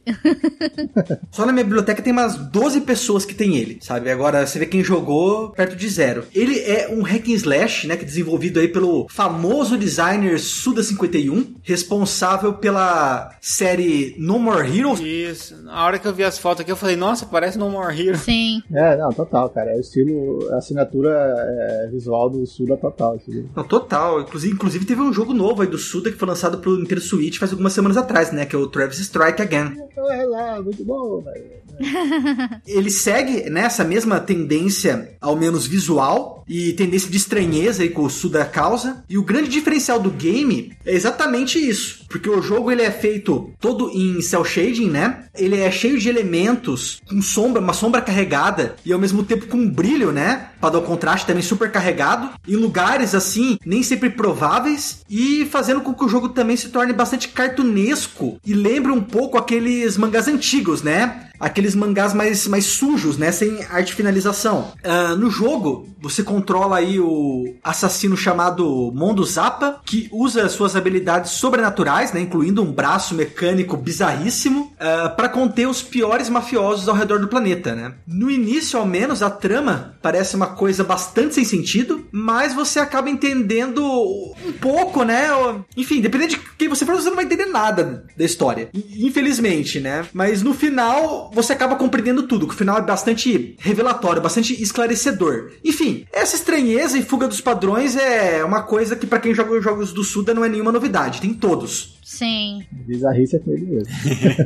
Só na minha biblioteca tem umas doze pessoas que tem ele, sabe? Agora você vê quem jogou perto de zero. Ele é um hack and slash, né? Que é desenvolvido aí pelo famoso designer Suda cinquenta e um, responsável pela série No More Heroes. Isso. Na hora que eu vi as fotos aqui, eu falei, nossa, parece No More Heroes. Sim. É, não, total, cara. É o estilo, a assinatura é, visual do Suda total. Assim. Não, total. Inclusive, inclusive teve um jogo novo aí do Suda que foi lançado pro Nintendo Switch faz algumas semanas atrás, né? Que é o Travis Strike Again. É lá, muito bom, velho. Ele segue nessa mesma tendência, ao menos visual, e tendência de estranheza aí que o Suda causa. E o grande diferencial do game é exatamente isso. Porque o jogo ele é feito todo em cel shading, né? Ele é cheio de elementos com sombra, uma sombra carregada e ao mesmo tempo com um brilho, né? Para dar o contraste também super carregado. Em lugares assim, nem sempre prováveis. E fazendo com que o jogo também se torne bastante cartunesco. E lembre um pouco aqueles mangás antigos, né? Aqueles mangás mais, mais sujos, né? Sem arte finalização. Uh, no jogo, você controla aí o assassino chamado Mondo Zappa, que usa suas habilidades sobrenaturais, né? Incluindo um braço mecânico bizarríssimo, uh, para conter os piores mafiosos ao redor do planeta, né? No início, ao menos, a trama parece uma coisa bastante sem sentido, mas você acaba entendendo um pouco, né? Enfim, dependendo de quem você for, você não vai entender nada da história. Infelizmente, né? Mas no final você acaba compreendendo tudo, que o final é bastante revelatório, bastante esclarecedor. Enfim, essa estranheza e fuga dos padrões é uma coisa que pra quem joga os jogos do Suda não é nenhuma novidade, tem todos. Sim. Bizarrice é com ele mesmo.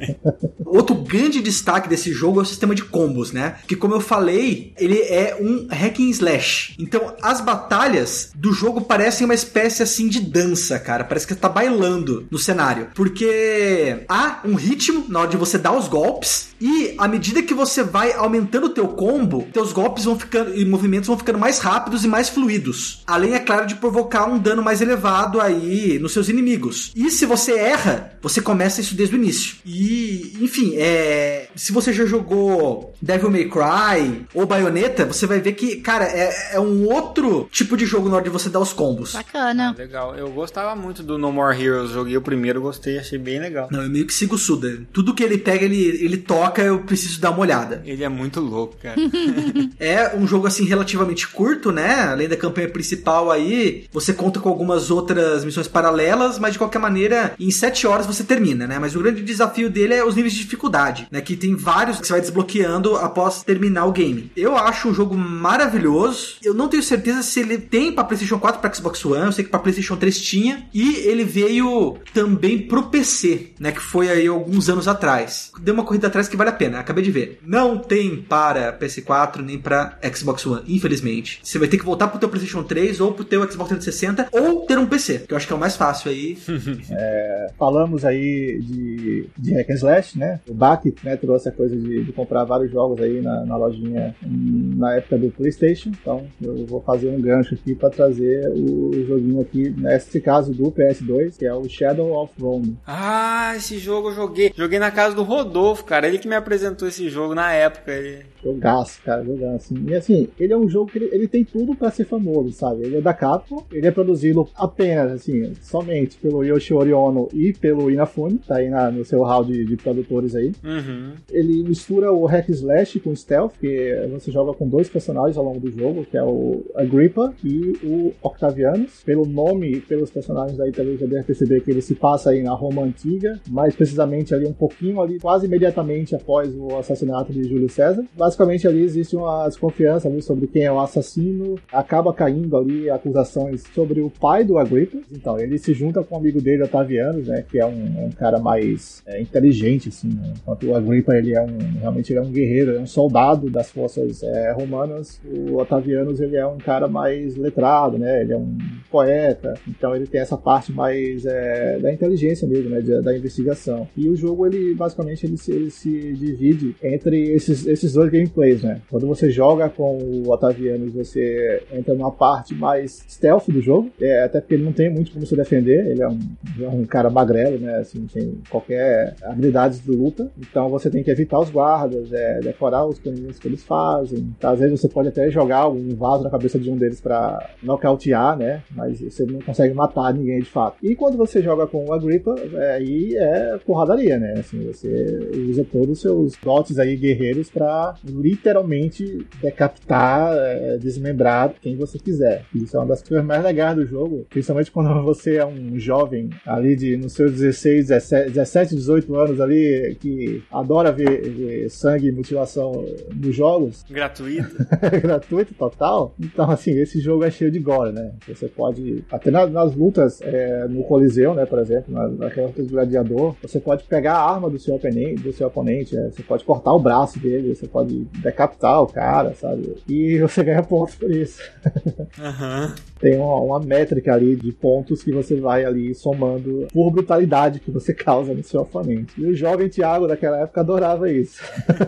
Outro grande destaque desse jogo é o sistema de combos, né? Que, como eu falei, ele é um hack and slash. Então, as batalhas do jogo parecem uma espécie, assim, de dança, cara. Parece que você tá bailando no cenário. Porque há um ritmo na hora de você dar os golpes e, à medida que você vai aumentando o teu combo, teus golpes vão ficando e movimentos vão ficando mais rápidos e mais fluidos. Além, é claro, de provocar um dano mais elevado aí nos seus inimigos. E se você erra, você começa isso desde o início. E, enfim, é... se você já jogou Devil May Cry ou Bayonetta, você vai ver que, cara, é, é um outro tipo de jogo na hora de você dar os combos. Bacana. Ah, legal. Eu gostava muito do No More Heroes. Joguei o primeiro, gostei, achei bem legal. Não, eu meio que sigo o Suda. Tudo que ele pega, ele, ele toca, eu preciso dar uma olhada. Ele é muito louco, cara. É um jogo, assim, relativamente curto, né? Além da campanha principal aí, você conta com algumas outras missões paralelas, mas de qualquer maneira, em sete horas você termina, né? Mas o grande desafio dele é os níveis de dificuldade, né? Que tem vários que você vai desbloqueando após terminar o game. Eu acho um jogo maravilhoso. Eu não tenho certeza se ele tem pra PlayStation quatro, pra Xbox One. Eu sei que pra PlayStation três tinha. E ele veio também pro P C, né? Que foi aí alguns anos atrás. Deu uma corrida atrás que vale a pena. Acabei de ver. Não tem para P S quatro nem pra Xbox One, infelizmente. Você vai ter que voltar pro teu PlayStation três ou pro teu Xbox trezentos e sessenta ou ter um P C, que eu acho que é o mais fácil aí. É, É, falamos aí de, de hack and slash, né? O Bach, né, trouxe a coisa de, de comprar vários jogos aí na, na lojinha na época do PlayStation. Então eu vou fazer um gancho aqui para trazer o joguinho aqui, nesse caso do P S dois, que é o Shadow of Rome. Ah, esse jogo eu joguei. Joguei na casa do Rodolfo, cara. Ele que me apresentou esse jogo na época. Ele... Jogaço, cara, jogaço. Assim. E assim, ele é um jogo que ele, ele tem tudo pra ser famoso, sabe? Ele é da Capcom, ele é produzido apenas, assim, somente pelo Yoshiori Ono e pelo Inafune, tá aí na, no seu hall de, de produtores aí. Uhum. Ele mistura o hack slash com stealth, que você joga com dois personagens ao longo do jogo, que é o Agrippa e o Octavianus. Pelo nome e pelos personagens aí também já deve perceber que ele se passa aí na Roma Antiga, mais precisamente ali um pouquinho ali, quase imediatamente após o assassinato de Júlio César. Basicamente ali existe uma desconfiança ali sobre quem é o assassino, acaba caindo ali acusações sobre o pai do Agrippa. Então ele se junta com o amigo dele, Octavianus, né, que é um, um cara mais é, inteligente, assim, né? Enquanto o Agrippa ele é um, realmente ele é um guerreiro, é um soldado das forças é, romanas. O Octavianus ele é um cara mais letrado, né, ele é um poeta, então ele tem essa parte mais é, da inteligência mesmo, né, de, da investigação. E o jogo ele basicamente ele se, ele se divide entre esses, esses dois gameplays, né. Quando você joga com o Octavianus, você entra numa parte mais stealth do jogo, é, até porque ele não tem muito como se defender, ele é um, é um cara magrelo, né, assim, sem qualquer habilidade de luta, então você tem que evitar os guardas, é, decorar os caminhos que eles fazem. Então, às vezes você pode até jogar um vaso na cabeça de um deles pra nocautear, né, mas você não consegue matar ninguém de fato. E quando você joga com o Agrippa, é, aí é porradaria, né, assim, você usa todos os seus dotes aí guerreiros pra literalmente decapitar, é, desmembrar quem você quiser. Isso é uma das coisas mais legais do jogo, principalmente quando você é um jovem ali de nos seus dezesseis, dezessete, dezoito anos ali, que adora ver, ver sangue e mutilação nos jogos. Gratuito. Gratuito, total. Então, assim, esse jogo é cheio de gore, né? Você pode, até nas, nas lutas é, no Coliseu, né, por exemplo, na, naquela luta de gladiador, você pode pegar a arma do seu oponente, do seu oponente, é, você pode cortar o braço dele, você pode decapitar o cara, sabe? E você ganha pontos por isso. Aham. Uhum. Tem uma, uma métrica ali de pontos que você vai ali somando por brutalidade que você causa no seu oponente. E o jovem Thiago daquela época adorava isso.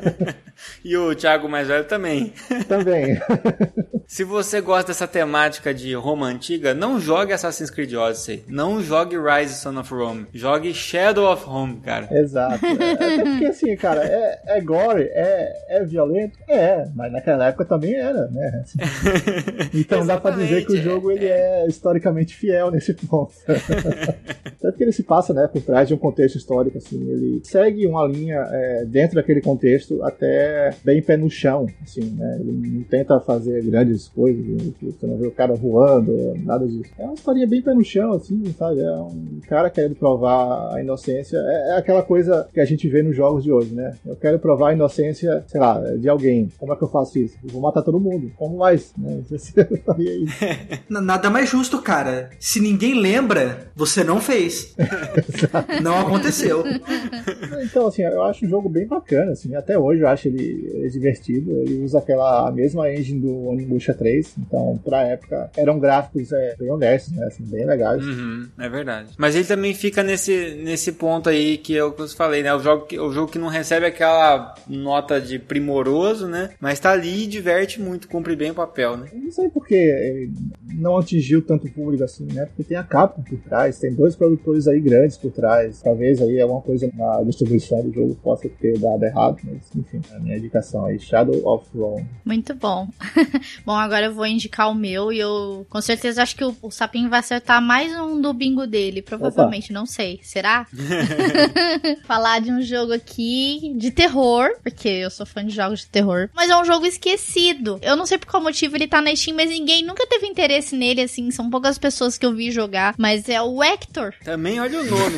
E o Thiago mais velho também. Também. Se você gosta dessa temática de Roma Antiga, não jogue Assassin's Creed Odyssey. Não jogue Rise Son of Rome. Jogue Shadow of Rome, cara. Exato. É, até porque assim, cara, é, é gore, é, é violento? É, mas naquela época também era, né? Então dá pra dizer que o jogo ele é. é historicamente fiel nesse ponto. Tanto que ele se passa, né, por trás de um contexto histórico, assim, ele segue uma linha é, dentro daquele contexto até bem pé no chão, assim, né, ele não tenta fazer grandes coisas, você não vê o cara voando, nada disso. É uma historinha bem pé no chão, assim, sabe, é um cara querendo provar a inocência, é, é aquela coisa que a gente vê nos jogos de hoje, né, eu quero provar a inocência, sei lá, de alguém, como é que eu faço isso? Eu vou matar todo mundo, como mais, né, você faria isso. Nada mais justo, cara. Se ninguém lembra, você não fez. Não aconteceu. Então, assim, eu acho o jogo bem bacana, assim, até hoje eu acho ele divertido, ele usa aquela mesma engine do Onimusha três, então, pra época, eram gráficos é, bem honestos, né, assim, bem legais. Uhum, é verdade. Mas ele também fica nesse, nesse ponto aí que eu, que eu falei, né, o jogo, que, o jogo que não recebe aquela nota de primoroso, né, mas tá ali e diverte muito, cumpre bem o papel, né. Eu não sei porque ele não atingiu tanto público assim, né, porque tem a Capcom por trás, tem dois produtores aí grandes por trás, talvez aí alguma coisa na distribuição do jogo possa ter dado errado, mas enfim, a minha indicação aí, Shadow of Rome. Muito bom. Bom, agora eu vou indicar o meu e eu com certeza acho que o, o Sapinho vai acertar mais um do bingo dele, provavelmente, Opa. Não sei, será? Falar de um jogo aqui de terror, porque eu sou fã de jogos de terror, mas é um jogo esquecido. Eu não sei por qual motivo ele tá na Steam, mas ninguém nunca teve interesse nele, assim, são poucas pessoas que eu vi jogar, mas é o Hector. Também olha o nome,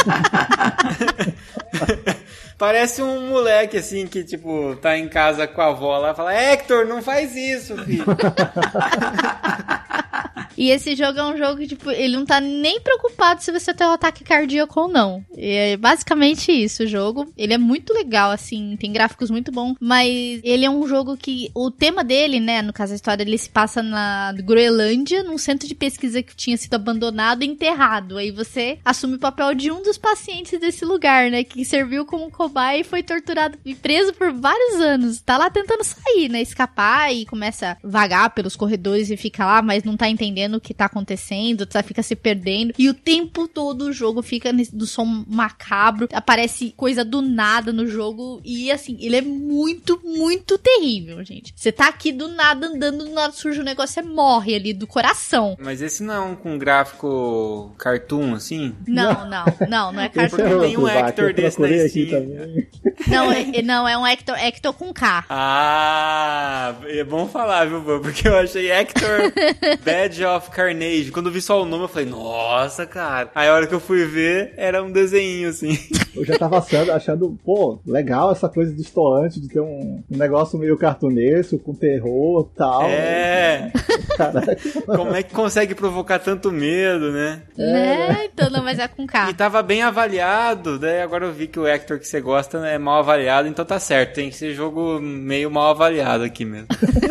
cara. Parece um moleque, assim, que, tipo, tá em casa com a avó lá e fala: Hector, não faz isso, filho. E esse jogo é um jogo que, tipo, ele não tá nem preocupado se você tem um ataque cardíaco ou não. É basicamente isso o jogo. Ele é muito legal, assim, tem gráficos muito bons, mas ele é um jogo que o tema dele, né, no caso a história, ele se passa na Groenlândia, num centro de pesquisa que tinha sido abandonado e enterrado. Aí você assume o papel de um dos pacientes desse lugar, né, que serviu como cobaia e foi torturado e preso por vários anos. Tá lá tentando sair, né, escapar e começa a vagar pelos corredores e fica lá, mas não tá entendendo o que tá acontecendo, tá, fica se perdendo. E o tempo todo o jogo fica nesse, do som macabro, aparece coisa do nada no jogo e assim, ele é muito, muito terrível, gente. Você tá aqui do nada andando, do nada surge um negócio, você morre ali do coração. Mas esse não é um com gráfico cartoon, assim? Não, não, não, não é cartoon. Esse é Tem um outro, Bach, Hector eu desse na procurei aqui Steam. também. Não, é, não, é um Hector, Hector com K. Ah, é bom falar, viu, Bo? Porque eu achei Hector Badge of Carnage. Quando eu vi só o nome, eu falei, nossa, cara. Aí a hora que eu fui ver, era um desenho, assim. Eu já tava achando, achando, pô, legal essa coisa distoante de ter um, um negócio meio cartunesco, com terror e tal. É. Caraca. Como é que consegue provocar tanto medo, né? Né? Então, não, mas é com K. E tava bem avaliado, daí agora eu vi que o Hector que você gosta é mal avaliado, então tá certo. Tem que ser jogo meio mal avaliado aqui mesmo.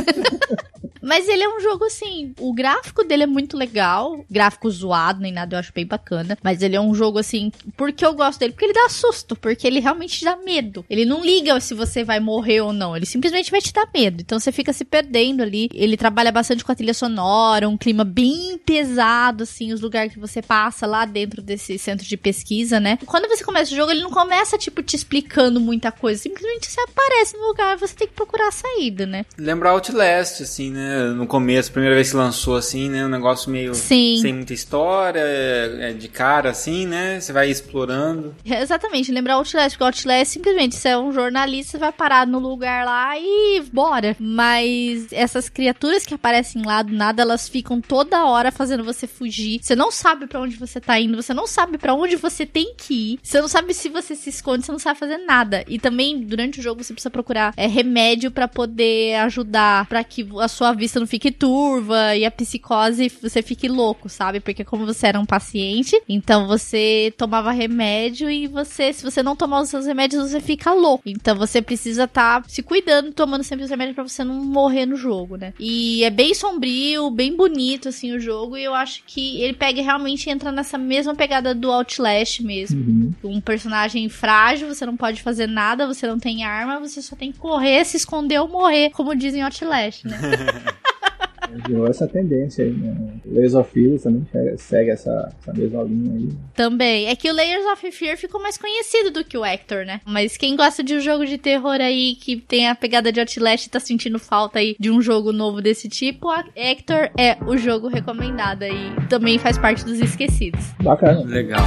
Mas ele é um jogo, assim, o gráfico dele é muito legal, gráfico zoado, nem nada, eu acho bem bacana, mas ele é um jogo, assim, porque eu gosto dele, porque ele dá susto, porque ele realmente dá medo. Ele não liga se você vai morrer ou não, ele simplesmente vai te dar medo, então você fica se perdendo ali. Ele trabalha bastante com a trilha sonora, um clima bem pesado, assim, os lugares que você passa lá dentro desse centro de pesquisa, né? Quando você começa o jogo, ele não começa, tipo, te explicando muita coisa, simplesmente você aparece no lugar e você tem que procurar a saída, né? Lembra Outlast, assim, né? No começo, a primeira vez que lançou, assim, né? Um negócio meio Sim. sem muita história, é, de cara, assim, né? Você vai explorando. Exatamente, lembrar Outlast, porque Outlast simplesmente você é um jornalista, você vai parar no lugar lá e bora. Mas essas criaturas que aparecem lá do nada, elas ficam toda hora fazendo você fugir. Você não sabe pra onde você tá indo, você não sabe pra onde você tem que ir. Você não sabe se você se esconde, você não sabe fazer nada. E também, durante o jogo, você precisa procurar é, remédio pra poder ajudar, pra que a sua vista não fique turva e a psicose você fique louco, sabe? Porque como você era um paciente, então você tomava remédio e você, se você não tomar os seus remédios, você fica louco. Então você precisa estar tá se cuidando, tomando sempre os remédios pra você não morrer no jogo, né? E é bem sombrio, bem bonito, assim, o jogo, e eu acho que ele pega e realmente entra nessa mesma pegada do Outlast mesmo. Uhum. Um personagem frágil, você não pode fazer nada, você não tem arma, você só tem que correr, se esconder ou morrer, como dizem Outlast, né? Virou essa tendência aí, né? O Layers of Fear também segue essa, essa mesma linha aí. Também. É que o Layers of Fear ficou mais conhecido do que o Hector, né? Mas quem gosta de um jogo de terror aí, que tem a pegada de Outlast e tá sentindo falta aí de um jogo novo desse tipo, a Hector é o jogo recomendado aí. Também faz parte dos esquecidos. Bacana. Legal.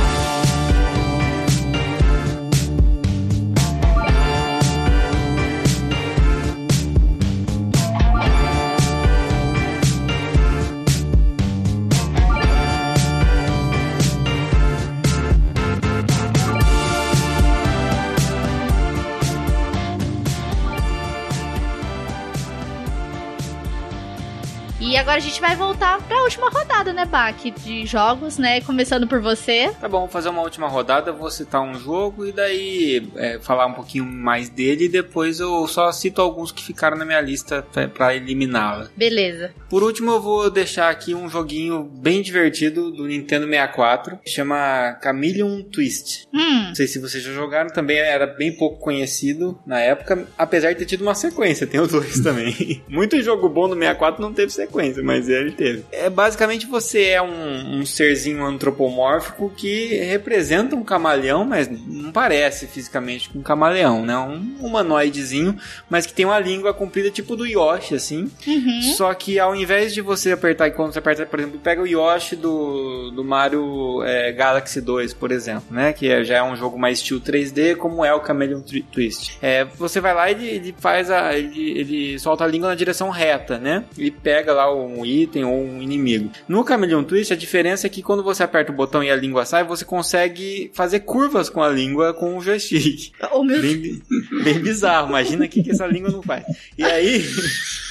E agora a gente vai voltar pra última rodada, né, Bach? De jogos, né? Começando por você. Tá bom, vou fazer uma última rodada, vou citar um jogo e daí é, falar um pouquinho mais dele e depois eu só cito alguns que ficaram na minha lista pra, pra eliminá-la. Beleza. Por último, eu vou deixar aqui um joguinho bem divertido do Nintendo sessenta e quatro, que chama Chameleon Twist. Hum. Não sei se vocês já jogaram, também era bem pouco conhecido na época, apesar de ter tido uma sequência, tem o dois também. Muito jogo bom no sessenta e quatro não teve sequência, mas ele teve. É, basicamente você é um, um serzinho antropomórfico que representa um camaleão, mas não parece fisicamente com um camaleão, né? Um humanoidezinho, mas que tem uma língua comprida tipo do Yoshi, assim. Uhum. Só que ao invés de você apertar, quando você aperta, por exemplo, pega o Yoshi do, do Mario é, Galaxy dois, por exemplo, né? Que é, já é um jogo mais estilo três D, como é o Chameleon Twist. É, você vai lá e ele, ele faz a... Ele, ele solta a língua na direção reta, né? Ele pega lá um item ou um inimigo. No Chameleon Twist, a diferença é que quando você aperta o botão e a língua sai, você consegue fazer curvas com a língua com o joystick. Oh, meu bem, bem bizarro. Imagina o que, que essa língua não faz. E aí...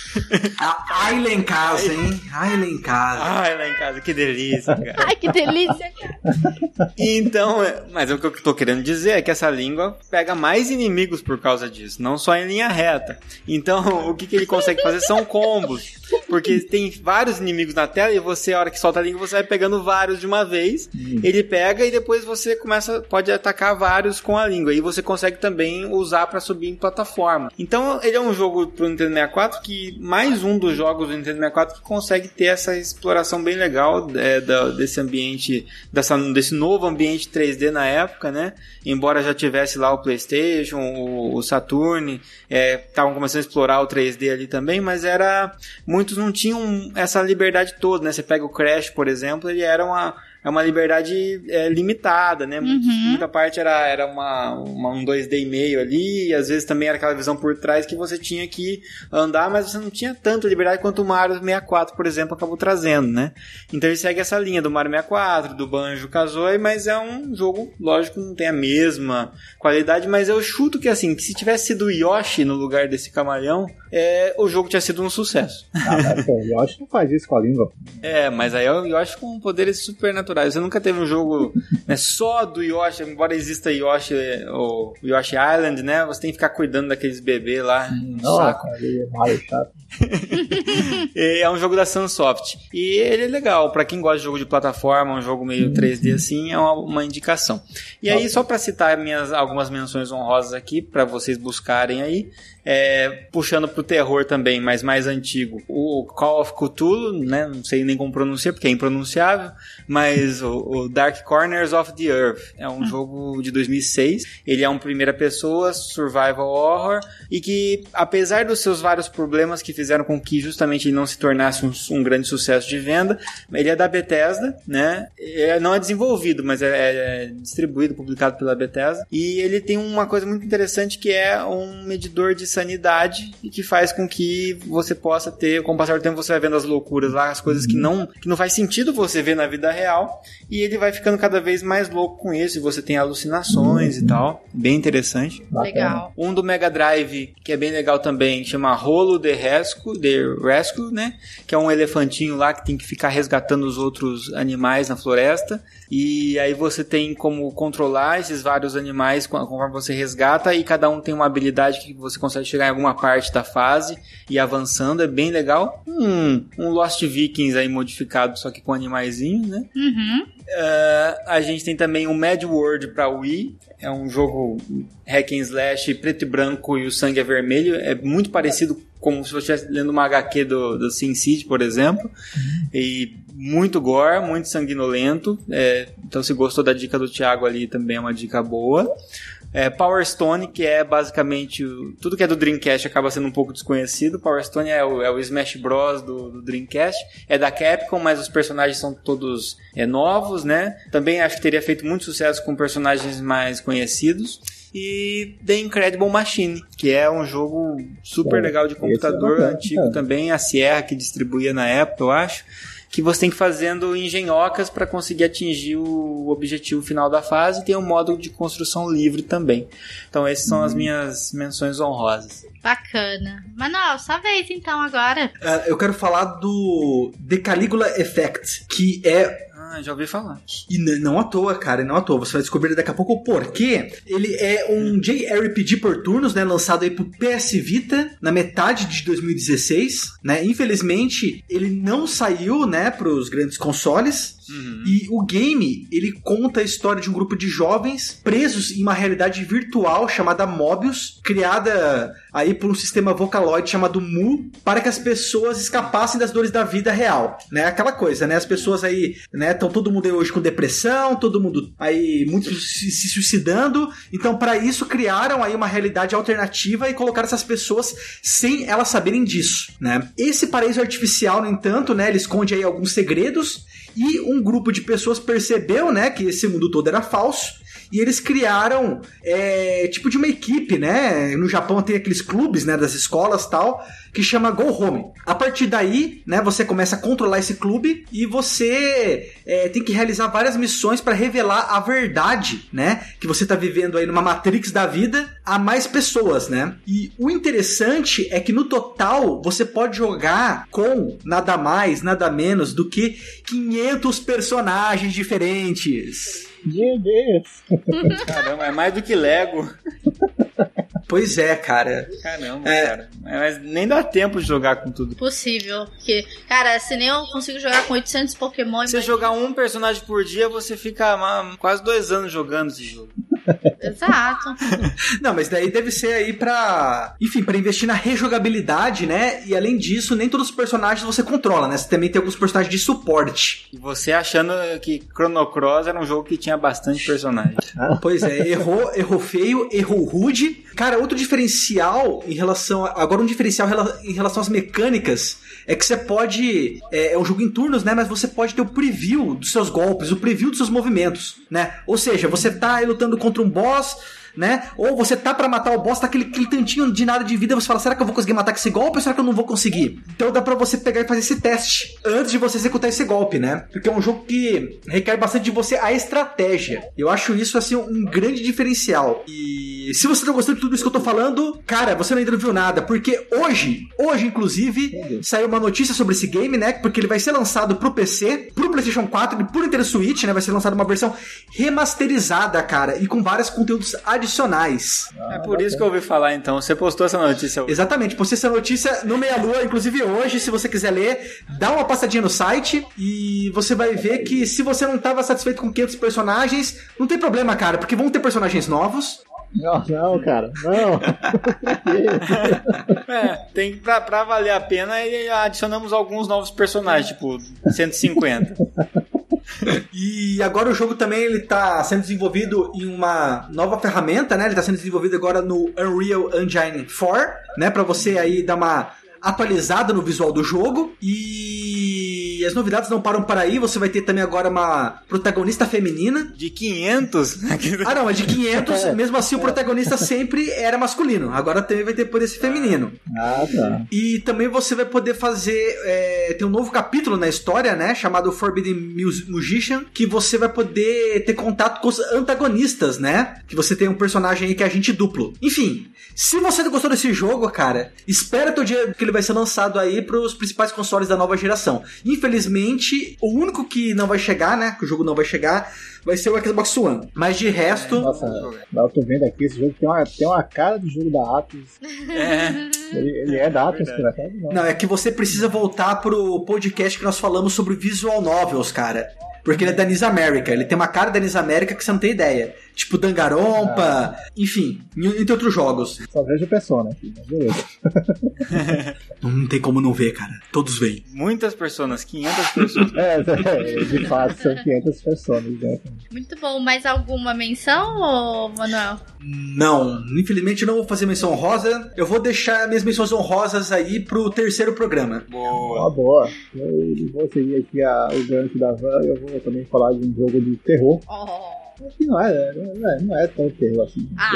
Ai lá em casa, hein? Ai lá em casa. Ai lá em casa, que delícia, cara. Ai, que delícia, cara. Então, mas o que eu tô querendo dizer é que essa língua pega mais inimigos por causa disso, não só em linha reta. Então, o que, que ele consegue fazer são combos. Porque tem vários inimigos na tela e você, a hora que solta a língua, você vai pegando vários de uma vez. Hum. Ele pega e depois você começa, pode atacar vários com a língua. E você consegue também usar pra subir em plataforma. Então, ele é um jogo pro Nintendo sessenta e quatro que, mais um dos jogos do Nintendo sessenta e quatro que consegue ter essa exploração bem legal é, da, desse ambiente, dessa, desse novo ambiente três D na época, né? Embora já tivesse lá o PlayStation, o, o Saturn, estavam é, começando a explorar o três D ali também, mas era... Muitos não tinham essa liberdade toda, né? Você pega o Crash, por exemplo, ele era uma, uma liberdade é, limitada, né? Uhum. Muita parte era, era uma, uma, um dois D e meio ali, e às vezes também era aquela visão por trás que você tinha que andar, mas você não tinha tanta liberdade quanto o Mario sessenta e quatro, por exemplo, acabou trazendo, né? Então ele segue essa linha do Mario sessenta e quatro, do Banjo-Kazooie, mas é um jogo, lógico, não tem a mesma qualidade, mas eu chuto que assim, que se tivesse sido o Yoshi no lugar desse camaleão, é, o jogo tinha sido um sucesso. Ah, mas o Yoshi não faz isso com a língua. É, mas aí é o Yoshi com poderes supernaturais. Você nunca teve um jogo, né, só do Yoshi, embora exista Yoshi, o Yoshi Island, né? Você tem que ficar cuidando daqueles bebês lá. Nossa, ele é Mario chato. É um jogo da Sunsoft. E ele é legal. Pra quem gosta de jogo de plataforma, um jogo meio três D assim, é uma, uma indicação. E aí, só pra citar minhas, algumas menções honrosas aqui, pra vocês buscarem aí, é, puxando pro terror também, mas mais antigo. O Call of Cthulhu, né? Não sei nem como pronunciar, porque é impronunciável, mas o, o Dark Corners of the Earth é um hum. jogo de dois mil e seis. Ele é um primeira pessoa, survival horror, e que, apesar dos seus vários problemas que fizeram com que justamente ele não se tornasse um, um grande sucesso de venda, ele é da Bethesda, né? É, não é desenvolvido, mas é, é distribuído, publicado pela Bethesda, e ele tem uma coisa muito interessante que é um medidor de sanidade e que faz com que você possa ter, com o passar do tempo você vai vendo as loucuras lá, as coisas que não, que não faz sentido você ver na vida real, e ele vai ficando cada vez mais louco com isso, e você tem alucinações e tal, bem interessante. Legal. Um do Mega Drive, que é bem legal também, chama Rolo The Rescue, The Rescue, né? Que é um elefantinho lá que tem que ficar resgatando os outros animais na floresta, e aí você tem como controlar esses vários animais conforme você resgata, e cada um tem uma habilidade que você consegue chegar em alguma parte da fase e avançando, é bem legal. Hum, um Lost Vikings aí modificado, só que com animaizinhos, né? Uhum. Uh, a gente tem também o Mad World pra Wii, é um jogo hack and slash preto e branco e o sangue é vermelho, é muito parecido como se você estivesse lendo uma agá quê do, do Sin City, por exemplo, e muito gore, muito sanguinolento, é, então se gostou da dica do Thiago ali, também é uma dica boa. É, Power Stone, que é basicamente o, tudo que é do Dreamcast acaba sendo um pouco desconhecido. Power Stone é o, é o Smash Bros do, do Dreamcast, é da Capcom, mas os personagens são todos é, novos, né? Também acho que teria feito muito sucesso com personagens mais conhecidos. E The Incredible Machine, que é um jogo super legal de computador, é antigo também, a Sierra que distribuía na época, eu acho, que você tem que ir fazendo engenhocas para conseguir atingir o objetivo final da fase, e tem um modo de construção livre também. Então essas são as minhas menções honrosas. Bacana. Manuel, sua vez então agora. Uh, eu quero falar do The Caligula Effect, que é... Ah, já ouvi falar. E n- não à toa, cara, não à toa. Você vai descobrir daqui a pouco o porquê. Ele é um J R P G por turnos, né? Lançado aí pro P S Vita na metade de dois mil e dezesseis, né? Infelizmente, ele não saiu, né, pros grandes consoles. Uhum. E o game, ele conta a história de um grupo de jovens presos em uma realidade virtual chamada Mobius, criada aí por um sistema Vocaloid chamado Mu, para que as pessoas escapassem das dores da vida real, né? Aquela coisa, né? As pessoas aí, né? Estão todo mundo aí hoje com depressão, todo mundo aí, muitos se, se suicidando. Então, para isso, criaram aí uma realidade alternativa e colocaram essas pessoas sem elas saberem disso, né? Esse paraíso artificial, no entanto, né? Ele esconde aí alguns segredos. E um grupo de pessoas percebeu, né, que esse mundo todo era falso e eles criaram é, tipo de uma equipe, né? No Japão tem aqueles clubes, né, das escolas e tal, que chama Go Home. A partir daí, né, você começa a controlar esse clube e você é, tem que realizar várias missões para revelar a verdade, né, que você tá vivendo aí numa Matrix da vida a mais pessoas, né? E o interessante é que no total você pode jogar com nada mais, nada menos do que quinhentos personagens diferentes. Meu Deus! Caramba, é mais do que Lego. Pois é, cara. Caramba, é. cara. Mas nem dá tempo de jogar com tudo. Possível. Porque, cara, se nem eu consigo jogar com oitocentos Pokémon... Se você jogar um personagem por dia, você fica uma, quase dois anos jogando esse jogo. Exato. Não, mas daí deve ser aí pra... Enfim, pra investir na rejogabilidade, né? E além disso, nem todos os personagens você controla, né? Você também tem alguns personagens de suporte. E você achando que Chrono Cross era um jogo que tinha bastante personagens. Pois é, errou, errou feio, errou rude. Cara, outro diferencial em relação... A, agora um diferencial em relação às mecânicas é que você pode... É, é um jogo em turnos, né? Mas você pode ter o preview dos seus golpes, o preview dos seus movimentos, né? Ou seja, você tá aí lutando contra um boss... né? Ou você tá pra matar o boss, tá aquele, aquele tantinho de nada de vida, você fala, será que eu vou conseguir matar com esse golpe ou será que eu não vou conseguir? Então dá pra você pegar e fazer esse teste antes de você executar esse golpe, né? Porque é um jogo que requer bastante de você a estratégia. Eu acho isso, assim, um grande diferencial. E se você tá gostando de tudo isso que eu tô falando, cara, você ainda não viu nada, porque hoje, hoje inclusive, saiu uma notícia sobre esse game, né? Porque ele vai ser lançado pro P C, pro PlayStation quatro e pro Nintendo Switch, né? Vai ser lançado uma versão remasterizada, cara, e com vários conteúdos adicionais. É por isso que eu ouvi falar, então. Você postou essa notícia hoje. Exatamente, postei essa notícia no Meia Lua, inclusive hoje, se você quiser ler, dá uma passadinha no site e você vai ver que se você não estava satisfeito com quinhentos personagens, não tem problema, cara, porque vão ter personagens novos. Não, não, cara, não. É, tem pra, pra valer a pena e adicionamos alguns novos personagens, tipo cento e cinquenta. E agora o jogo também ele tá sendo desenvolvido em uma nova ferramenta, né? Ele tá sendo desenvolvido agora no Unreal Engine quatro, né? Pra você aí dar uma atualizada no visual do jogo. E as novidades não param para aí. Você vai ter também agora uma protagonista feminina. De quinhentos? Ah, não, é de quinhentos. Mesmo assim, o protagonista sempre era masculino. Agora também vai ter poder ser feminino. Ah, tá. E também você vai poder fazer... É, tem um novo capítulo na história, né? Chamado Forbidden Magician. Que você vai poder ter contato com os antagonistas, né? Que você tem um personagem aí que é agente duplo. Enfim, se você gostou desse jogo, cara, espera até o dia que ele vai ser lançado aí pros principais consoles da nova geração. Infelizmente, o único que não vai chegar, né? Que o jogo não vai chegar, vai ser o Xbox One. Mas de resto... Nossa, eu tô vendo aqui, esse jogo tem uma, tem uma cara de jogo da Atlus. É. Ele, ele é da Atlus, por acaso? Não. Não, é que você precisa voltar pro podcast que nós falamos sobre visual novels, cara. Porque ele é da Nis America. Ele tem uma cara da Nis America que você não tem ideia. Tipo Danganronpa, ah. enfim, entre outros jogos. Só vejo Persona aqui, mas beleza. Não tem como não ver, cara. Todos veem. Muitas pessoas, quinhentas pessoas. É, é, de fato, são quinhentas pessoas, né? Muito bom. Mais alguma menção, ô, Manuel? Não, infelizmente não vou fazer menção honrosa. Eu vou deixar minhas menções honrosas aí pro terceiro programa. Boa. Ah, boa. Eu vou seguir aqui a, o gancho da Van. Eu vou também falar de um jogo de terror. Oh. Que não é, não é, não é tão terror assim. Ah.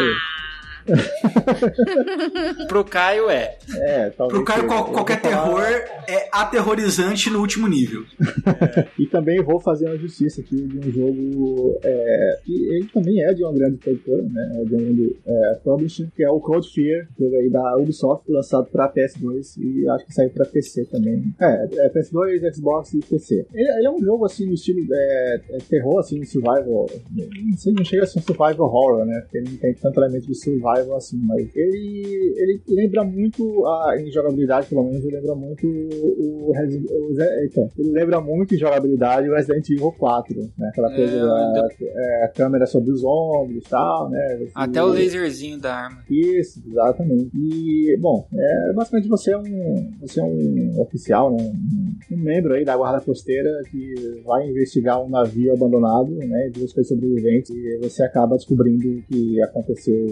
Pro Caio é. É, Pro Caio qual, qualquer terror é aterrorizante no último nível. É. E também vou fazer uma justiça aqui de um jogo é, que ele também é de uma grande produtora, né? É de um grande é, publisher, que é o Cold Fear, jogo aí da Ubisoft, lançado pra P S dois e acho que saiu pra P C também. É, é P S dois, Xbox e P C. Ele, ele é um jogo assim no estilo é, é terror, assim, survival. Não sei, não chega a ser um survival horror, né? Porque ele não tem tanto elemento de survival assim, mas ele, ele lembra muito a, em jogabilidade, pelo menos ele lembra muito o, o, o eita, ele lembra muito em jogabilidade o Resident Evil quatro, né? Aquela coisa é, da é, a câmera sobre os ombros e tal, né? Você, até o laserzinho da arma. Isso, exatamente. E, bom, é, basicamente você é um você é um oficial, né? um, um membro aí da guarda costeira que vai investigar um navio abandonado, né? De duas pessoas sobreviventes e você acaba descobrindo que aconteceu coisas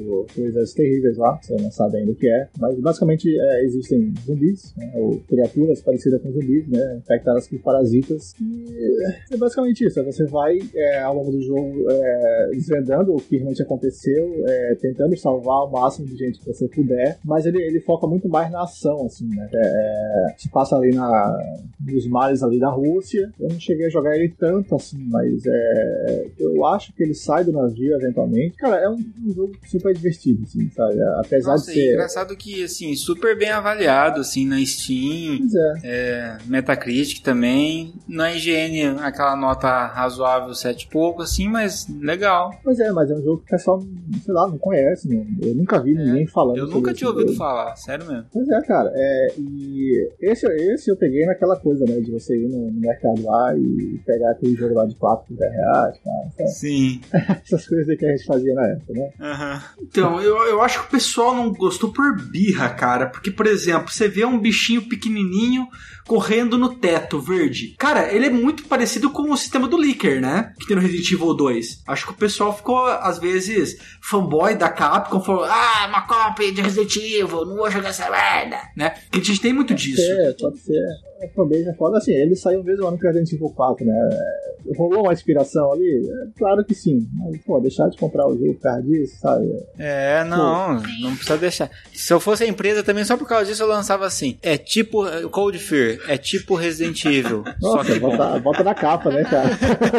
coisas terríveis lá, você não sabe ainda o que é, mas basicamente é, existem zumbis, né, ou criaturas parecidas com zumbis, né, infectadas por parasitas, e é basicamente isso, você vai é, ao longo do jogo é, desvendando o que realmente aconteceu, é, tentando salvar o máximo de gente que você puder, mas ele, ele foca muito mais na ação, assim, né, é, se passa ali na, nos mares ali da Rússia, eu não cheguei a jogar ele tanto assim, mas é, eu acho que ele sai do navio eventualmente, cara, é um, um jogo super divertido, assim, sabe, apesar Nossa, de ser... é engraçado que, assim, super bem avaliado, assim, na Steam, Pois é. é, Metacritic também, na I G N aquela nota razoável, sete e pouco, assim, mas legal. Pois é, mas é um jogo que o pessoal, sei lá, não conhece, não. Eu nunca vi ninguém É, falando eu sobre nunca esse tinha ouvido jogo. falar, sério mesmo. Pois é, cara, é, e esse, esse eu peguei naquela coisa, né, de você ir no, no mercado lá e pegar aquele jogo lá de quatro reais, tá? Sim. Essas coisas aí que a gente fazia na época, né? Uhum. Então, eu, eu acho que o pessoal não gostou por birra, cara. Porque, por exemplo, você vê um bichinho pequenininho correndo no teto verde. Cara, ele é muito parecido com o sistema do Licker, né? Que tem no Resident Evil dois. Acho que o pessoal ficou, às vezes, fanboy da Capcom, falou, ah, uma cópia de Resident Evil, não vou jogar essa merda, né? Porque a gente tem muito disso. Pode ser, pode ser. É, também é foda, assim, ele saiu mesmo ano que o Resident Evil quatro, né? É, rolou uma inspiração ali? É, claro que sim. Mas, pô, deixar de comprar o jogo por causa disso, sabe? É, não, não precisa deixar. Se eu fosse a empresa também, só por causa disso eu lançava assim. É tipo Cold Fear, é tipo Resident Evil. Nossa, só que bota, bom. bota na capa, né, cara?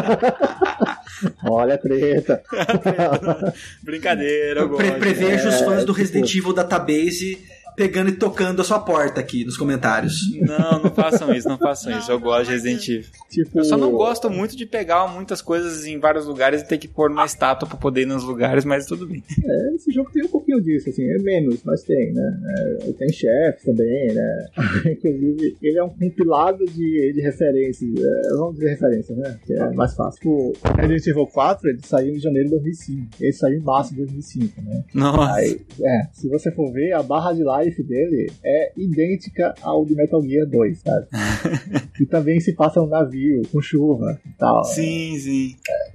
Olha a treta. Brincadeira, eu Pre gosto. prevejo os É, fãs do tipo- Resident Evil Database pegando e tocando a sua porta aqui nos comentários. Não, não façam isso, não façam Não, isso. Eu não, gosto de mas- Resident Evil. Tipo, Eu só não gosto muito de pegar muitas coisas em vários lugares e ter que pôr uma estátua pra poder ir nos lugares, mas tudo bem. É, esse jogo tem um pouquinho disso, assim, é menos, mas tem, né? É, tem chefes também, né? Inclusive, ele é um compilado de, de referências, é, vamos dizer referências, né? Que é mais fácil. O Resident Evil quatro, ele saiu em janeiro de dois mil e cinco, ele saiu em março de dois mil e cinco, né? Nossa. Aí, é, se você for ver, a barra de life dele é idêntica ao de Metal Gear dois, sabe? E também se passa um navio com chuva e tal. Sim, sim.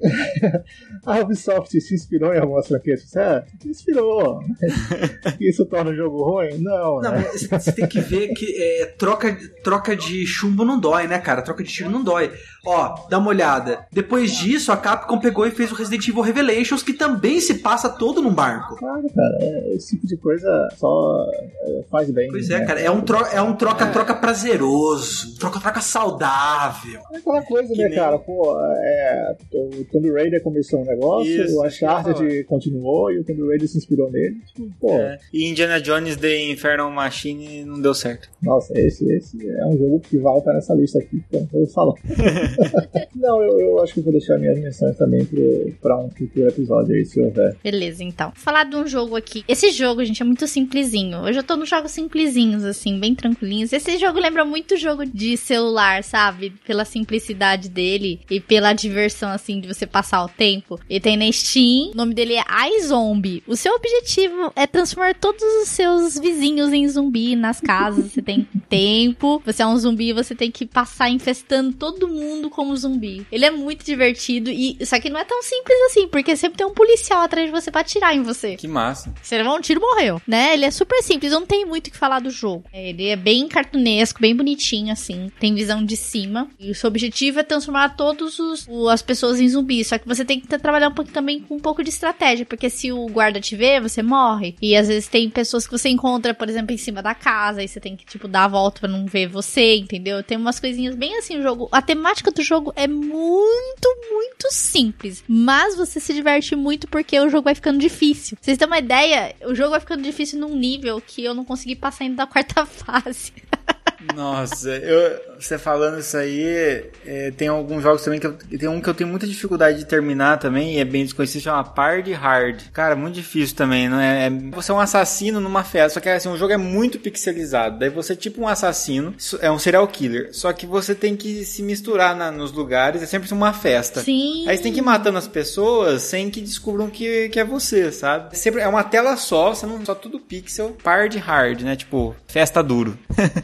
A Ubisoft se inspirou em algumas franquias? É, se inspirou. Isso torna o jogo ruim? Não, Não, né? mas você tem que ver que é, troca, troca de chumbo não dói, né, cara? Troca de tiro não dói. Ó, dá uma olhada. Depois disso, a Capcom pegou e fez o Resident Evil Revelations, que também se passa todo num barco. Claro, cara, é, esse tipo de coisa só é, faz bem. Pois né? é, cara, é um tro- é um troca-troca prazeroso, um troca-troca saudável. É aquela coisa, Que né, nem- cara? Pô, é, o Tomb Raider começou um negócio, Isso, o isso que eu ia Uncharted continuou e o Tomb Raider se inspirou nele. Tipo, pô, É. E Indiana Jones The Infernal Machine não deu certo. nossa, esse, esse é um jogo que vai estar nessa lista aqui, que eu não vou falar. Não, eu, eu acho que eu vou deixar minhas menções também pro, pra um futuro episódio aí, se houver. Beleza, então. Vou falar de um jogo aqui. Esse jogo, gente, é muito simplesinho. Hoje eu tô nos jogos simplesinhos, assim, bem tranquilinhos. Esse jogo lembra muito jogo de celular, sabe? Pela simplicidade dele e pela diversão, assim, de você passar o tempo. Ele tem na Steam. O nome dele é iZombie. O seu objetivo é transformar todos os seus vizinhos em zumbi nas casas. Você tem tempo. Você é um zumbi e você tem que passar infestando todo mundo como zumbi. Ele é muito divertido e só que não é tão simples assim, porque sempre tem um policial atrás de você pra atirar em você. Que massa. Você levou um tiro, morreu, né? Ele é super simples, não tem muito o que falar do jogo. Ele é bem cartunesco, bem bonitinho, assim. Tem visão de cima. E o seu objetivo é transformar todas as pessoas em zumbis. Só que você tem que trabalhar um pouco também com um pouco de estratégia, porque se o guarda te vê, você morre. E às vezes tem pessoas que você encontra, por exemplo, em cima da casa, e você tem que, tipo, dar a volta pra não ver você, entendeu? Tem umas coisinhas bem assim o jogo. A temática do jogo é muito, muito simples. Mas você se diverte muito porque o jogo vai ficando difícil. Pra vocês terem uma ideia, o jogo vai ficando difícil num nível que eu não consegui passar ainda da quarta fase. Nossa, eu, você falando isso aí, é, tem alguns jogos também que eu, tem um que eu tenho muita dificuldade de terminar também, e é bem desconhecido, chama Party Hard. Cara, muito difícil também, não é? É você é um assassino numa festa, só que assim, o jogo é muito pixelizado. Daí você é tipo um assassino, é um serial killer, só que você tem que se misturar na, nos lugares, é sempre uma festa. Sim. Aí você tem que ir matando as pessoas sem que descubram que, que é você, sabe? Sempre é uma tela só, você não só tudo pixel, Party Hard, né? Tipo, festa duro.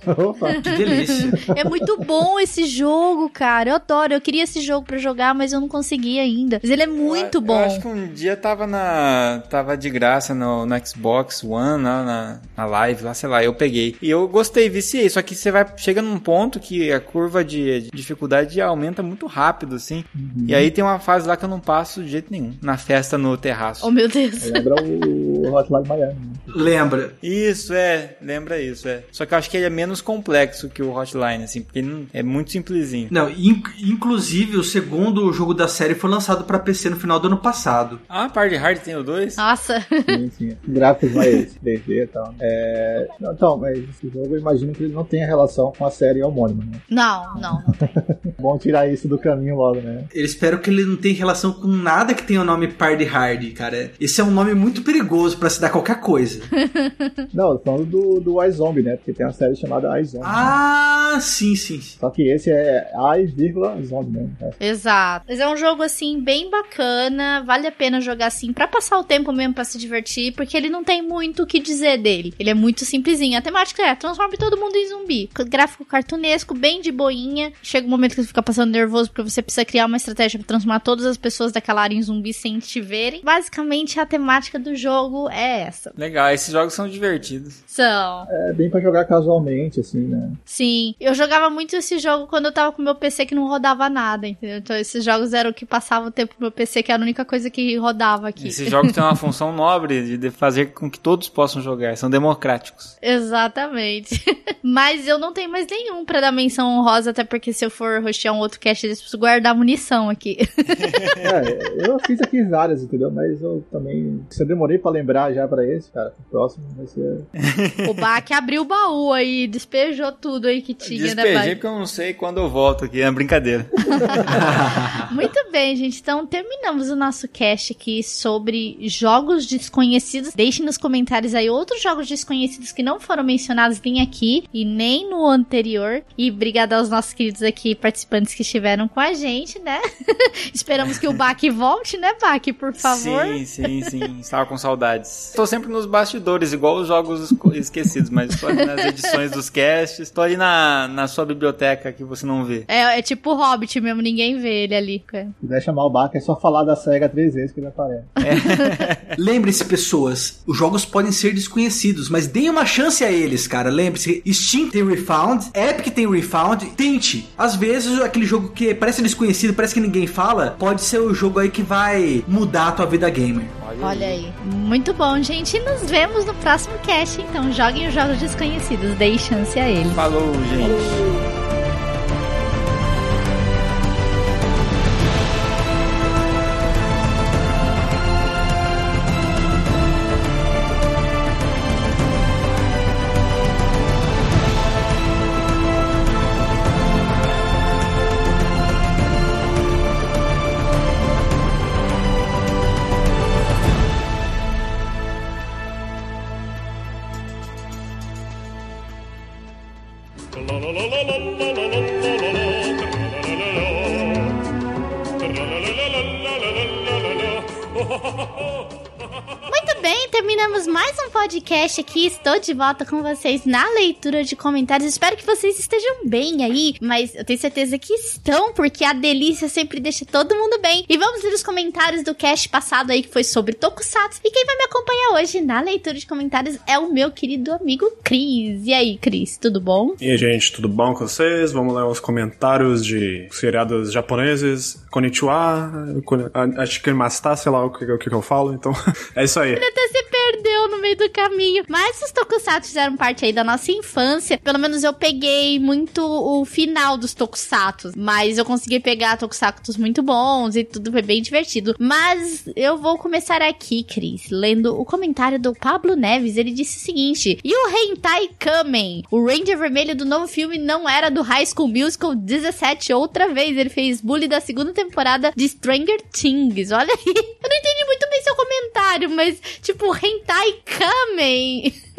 Opa, que delícia. É muito bom esse jogo, cara. Eu adoro. Eu queria esse jogo pra jogar, mas eu não consegui ainda. Mas ele é muito eu, bom. Eu acho que um dia tava na tava de graça no, no Xbox One, lá na, na live, lá, sei lá, eu peguei. E eu gostei, viciei. Só que você vai chega num ponto que a curva de, de dificuldade aumenta muito rápido, assim. Uhum. E aí tem uma fase lá que eu não passo de jeito nenhum. Na festa no terraço. Oh, meu Deus. Lembra o Hotline Miami. Né? Lembra. Isso, é. Lembra isso, é. Só que eu acho que ele é menos complexo que o Hotline, assim, porque ele é muito simplesinho. Não, in- inclusive o segundo jogo da série foi lançado pra P C no final do ano passado. Ah, Party Hard tem o dois? Nossa. Sim, sim. Gráficos mais três D e tal. É... Não, então, mas esse jogo eu imagino que ele não tenha relação com a série homônima, né? Não, não, não tem. Bom tirar isso do caminho logo, né? Eu espero que ele não tenha relação com nada que tenha o nome Party Hard, cara. Esse é um nome muito perigoso pra se dar qualquer coisa. Não, eu tô falando do, do iZombie, né? Porque tem uma série chamada iZombie. Ah, né? sim, sim, sim. Só que esse é i,zombie, né? Exato. Mas é um jogo, assim, bem bacana. Vale a pena jogar, assim, pra passar o tempo mesmo, pra se divertir. Porque ele não tem muito o que dizer dele. Ele é muito simplesinho. A temática é, transforma todo mundo em zumbi. Gráfico cartunesco, bem de boinha. Chega um momento que você fica passando nervoso porque você precisa criar uma estratégia pra transformar todas as pessoas daquela área em zumbi sem te verem. Basicamente, a temática do jogo é essa. Legal, esses jogos são divertidos. São. É bem pra jogar casualmente, assim, né? Sim. Eu jogava muito esse jogo quando eu tava com meu P C que não rodava nada, entendeu? Então esses jogos eram o que passava o tempo pro meu P C, que era a única coisa que rodava aqui. Esses jogos têm uma função nobre de fazer com que todos possam jogar. São democráticos. Exatamente. Mas eu não tenho mais nenhum pra dar menção honrosa, até porque se eu for rostear um outro cast, eu preciso guardar munição aqui. É, eu fiz aqui várias, entendeu? Mas eu também... Se eu demorei pra lembrar já pra esse, cara, o próximo vai ser... O Bach abriu o baú aí, despejou tudo aí que tinha, Despejei, né, Bach? porque eu não sei quando eu volto aqui, é brincadeira. Muito bem, gente. Então, terminamos o nosso cast aqui sobre jogos desconhecidos. Deixem nos comentários aí outros jogos desconhecidos que não foram mencionados nem aqui e nem no anterior. E obrigada aos nossos queridos aqui participantes que estiveram com a gente, né? Esperamos que o Bach volte, né, Bach? Por favor. Sim, sim, sim. Estava com saudades. Estou sempre nos bastidores, igual os jogos esquecidos, mas estou ali nas edições dos casts. Estou ali na, na sua biblioteca que você não vê. É, é tipo o Hobbit mesmo, ninguém vê ele ali. Se quiser chamar o Bach, é só falar da SEGA três vezes que ele aparece. É. Lembre-se, pessoas, os jogos podem ser desconhecidos, mas deem uma chance a eles, cara. Lembre-se, Steam tem Refound, Epic tem Refound. Tente. Às vezes, aquele jogo que parece desconhecido, parece que ninguém fala, pode ser o jogo aí que vai mudar a tua vida gamer. Olha aí. Muito bom, gente. E nos vemos no próximo cast. Então, joguem os jogos desconhecidos. Deem chance a eles. Falou, gente. Muito bem, terminamos mais um podcast aqui. Estou de volta com vocês na leitura de comentários. Espero que vocês estejam bem aí, mas eu tenho certeza que estão, porque a delícia sempre deixa todo mundo bem. E vamos ler os comentários do cast passado aí, que foi sobre Tokusatsu. E quem vai me acompanhar hoje na leitura de comentários é o meu querido amigo Cris. E aí, Cris, tudo bom? E aí, gente, tudo bom com vocês? Vamos ler os comentários de seriados japoneses. Konnichiwa, acho que Masta, sei lá o que, o que eu falo, então é isso aí. Ele até se perdeu no meio do caminho. Mas os Tokusatsu fizeram parte aí da nossa infância. Pelo menos eu peguei muito o final dos Tokusatsu. Mas eu consegui pegar Tokusatsu muito bons e tudo foi bem divertido. Mas eu vou começar aqui, Cris, lendo o comentário do Pablo Neves. Ele disse o seguinte: e o Hentai Kamen? O Ranger Vermelho do novo filme não era do High School Musical dezessete outra vez. Ele fez bully da segunda temporada de Stranger Things. Olha aí. Eu não entendi muito bem seu comentário, mas tipo, Hentai Kamen.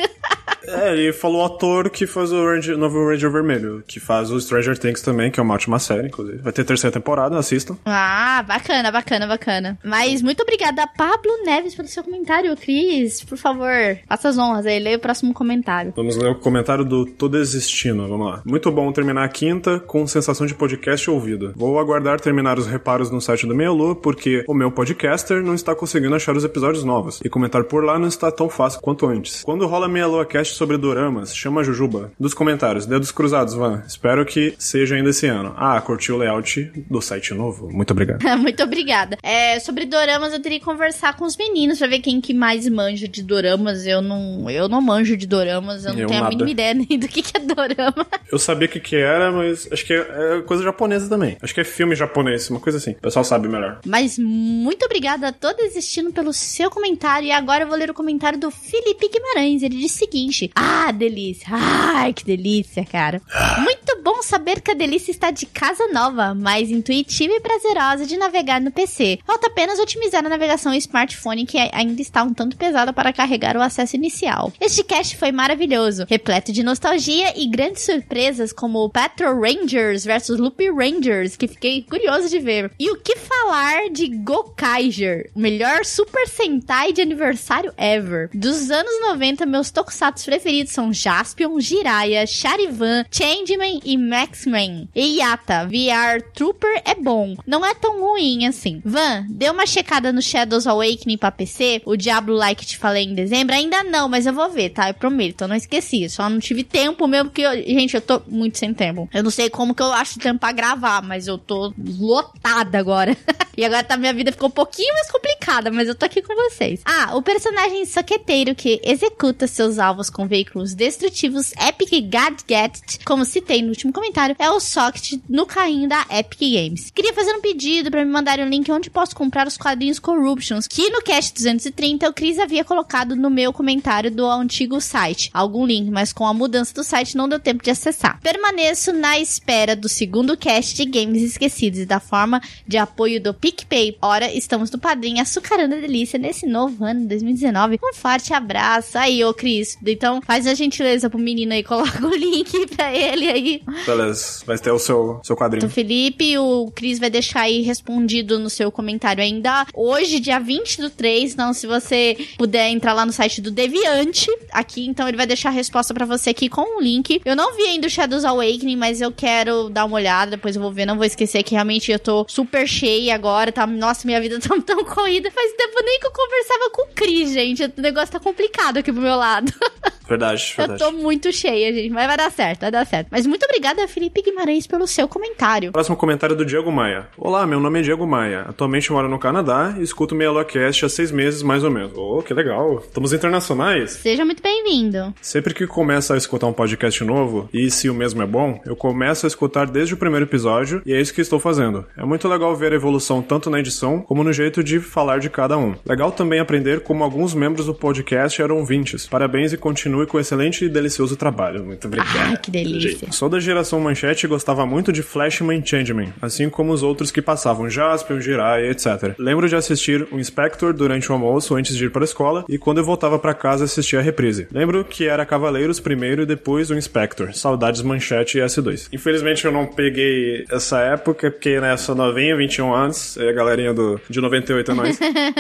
É, ele falou o ator que faz o Ranger, novo Ranger Vermelho, que faz o Stranger Things também, que é uma ótima série, inclusive. Vai ter terceira temporada, assistam. Ah, bacana, bacana, bacana. Mas muito obrigada, Pablo Neves, pelo seu comentário. Cris, por favor, faça as honras aí, leia o próximo comentário. Vamos ler o comentário do Tô Desistindo, vamos lá. Muito bom terminar a quinta com sensação de podcast ouvido. Vou aguardar terminar os reparos no site do Meialô, porque o meu podcaster não está conseguindo achar os episódios novos, e comentar por lá não está tão fácil quanto antes. Quando rola Meialô Cast sobre doramas, chama a Jujuba. Dos comentários, dedos cruzados, Van. Espero que seja ainda esse ano. Ah, curtiu o layout do site novo? Muito obrigado. Muito obrigada. É, sobre doramas, eu teria que conversar com os meninos pra ver quem que mais manja de doramas. Eu não, eu não manjo de doramas, eu não eu tenho nada. a mínima ideia nem do que, que é dorama. Eu sabia o que, que era, mas acho que é, é coisa japonesa também. Acho que é filme japonês, uma coisa assim. O pessoal sabe melhor. Mas muito obrigada a Tô Desistindo pelo seu comentário. E agora eu vou ler o comentário do Felipe Guimarães. Ele diz o seguinte: ah, delícia. Ai, que delícia, cara. Muito bom saber que a delícia está de casa nova, mais intuitiva e prazerosa de navegar no P C. Falta apenas otimizar a navegação em smartphone, que ainda está um tanto pesada para carregar o acesso inicial. Este cast foi maravilhoso, repleto de nostalgia e grandes surpresas como o Patrol Rangers versus Loop Rangers, que fiquei curioso de ver. E o que falar de Gokaiger, o melhor Super Sentai de aniversário ever. Dos anos noventa, meus tokusatsu preferidos são Jaspion, Jiraiya, Charivan, Changeman e Maxman. E Yata, V R Trooper é bom, não é tão ruim assim. Van, deu uma checada no Shadows Awakening pra P C? O Diablo Like te falei em dezembro? Ainda não, mas eu vou ver, tá? Eu prometo, eu não esqueci. Só não tive tempo mesmo, porque, eu, gente, eu tô muito sem tempo. Eu não sei como que eu acho tempo pra gravar, mas eu tô lotada agora. E agora tá, minha vida ficou um pouquinho mais complicada, mas eu tô aqui com vocês. Ah, o personagem soqueteiro que executa seus alvos com veículos destrutivos Epic Gadget, como citei no último comentário, é o Socket no carrinho da Epic Games. Queria fazer um pedido pra me mandarem um link onde posso comprar os quadrinhos Corruptions, que no Cast duzentos e trinta o Chris havia colocado no meu comentário do antigo site. Algum link, mas com a mudança do site não deu tempo de acessar. Permaneço na espera do segundo cast de Games Esquecidos e da forma de apoio do PicPay. Ora, estamos no Padrinho açucarando a delícia nesse novo ano, dois mil e dezenove. Um forte abraço. Aí, ô Cris, então faz a gentileza pro menino aí, coloca o link pra ele aí. Beleza, vai ter o seu, seu quadrinho. Do Felipe, o Cris vai deixar aí respondido no seu comentário ainda hoje, dia vinte do três. Então, se você puder entrar lá no site do Deviante, aqui, então ele vai deixar a resposta pra você aqui com um link. Eu não vi ainda o Shadows Awakening, mas eu quero dar uma olhada, depois eu vou ver, não vou esquecer que realmente eu tô super cheia agora, tá? Nossa, minha vida tá tão corrida. Faz tempo nem que eu conversava com o Cris, gente. O negócio tá complicado aqui pro meu lado. Verdade, verdade. Eu tô muito cheia, gente, mas vai dar certo, vai dar certo. Mas muito obrigada, Felipe Guimarães, pelo seu comentário. Próximo comentário do Diego Maia. Olá, meu nome é Diego Maia. Atualmente moro no Canadá e escuto o Meialocast há seis meses, mais ou menos. Oh, que legal. Estamos internacionais. Seja muito bem-vindo. Sempre que começo a escutar um podcast novo, e se o mesmo é bom, eu começo a escutar desde o primeiro episódio, e é isso que estou fazendo. É muito legal ver a evolução tanto na edição, como no jeito de falar de cada um. Legal também aprender como alguns membros do podcast eram ouvintes. Parabéns e continue com excelente e delicioso trabalho. Muito obrigado. Ai, que delícia. Sou da geração Manchete e gostava muito de Flashman e Changeman, assim como os outros que passavam, Jaspion, Jiraiya, etcétera. Lembro de assistir o Inspector durante o almoço antes de ir para a escola, e quando eu voltava para casa assistia a reprise. Lembro que era Cavaleiros primeiro e depois o Inspector. Saudades Manchete e S dois. Infelizmente eu não peguei essa época, porque né, sou novinho, vinte e um anos, e a galerinha do, de noventa e oito é nóis.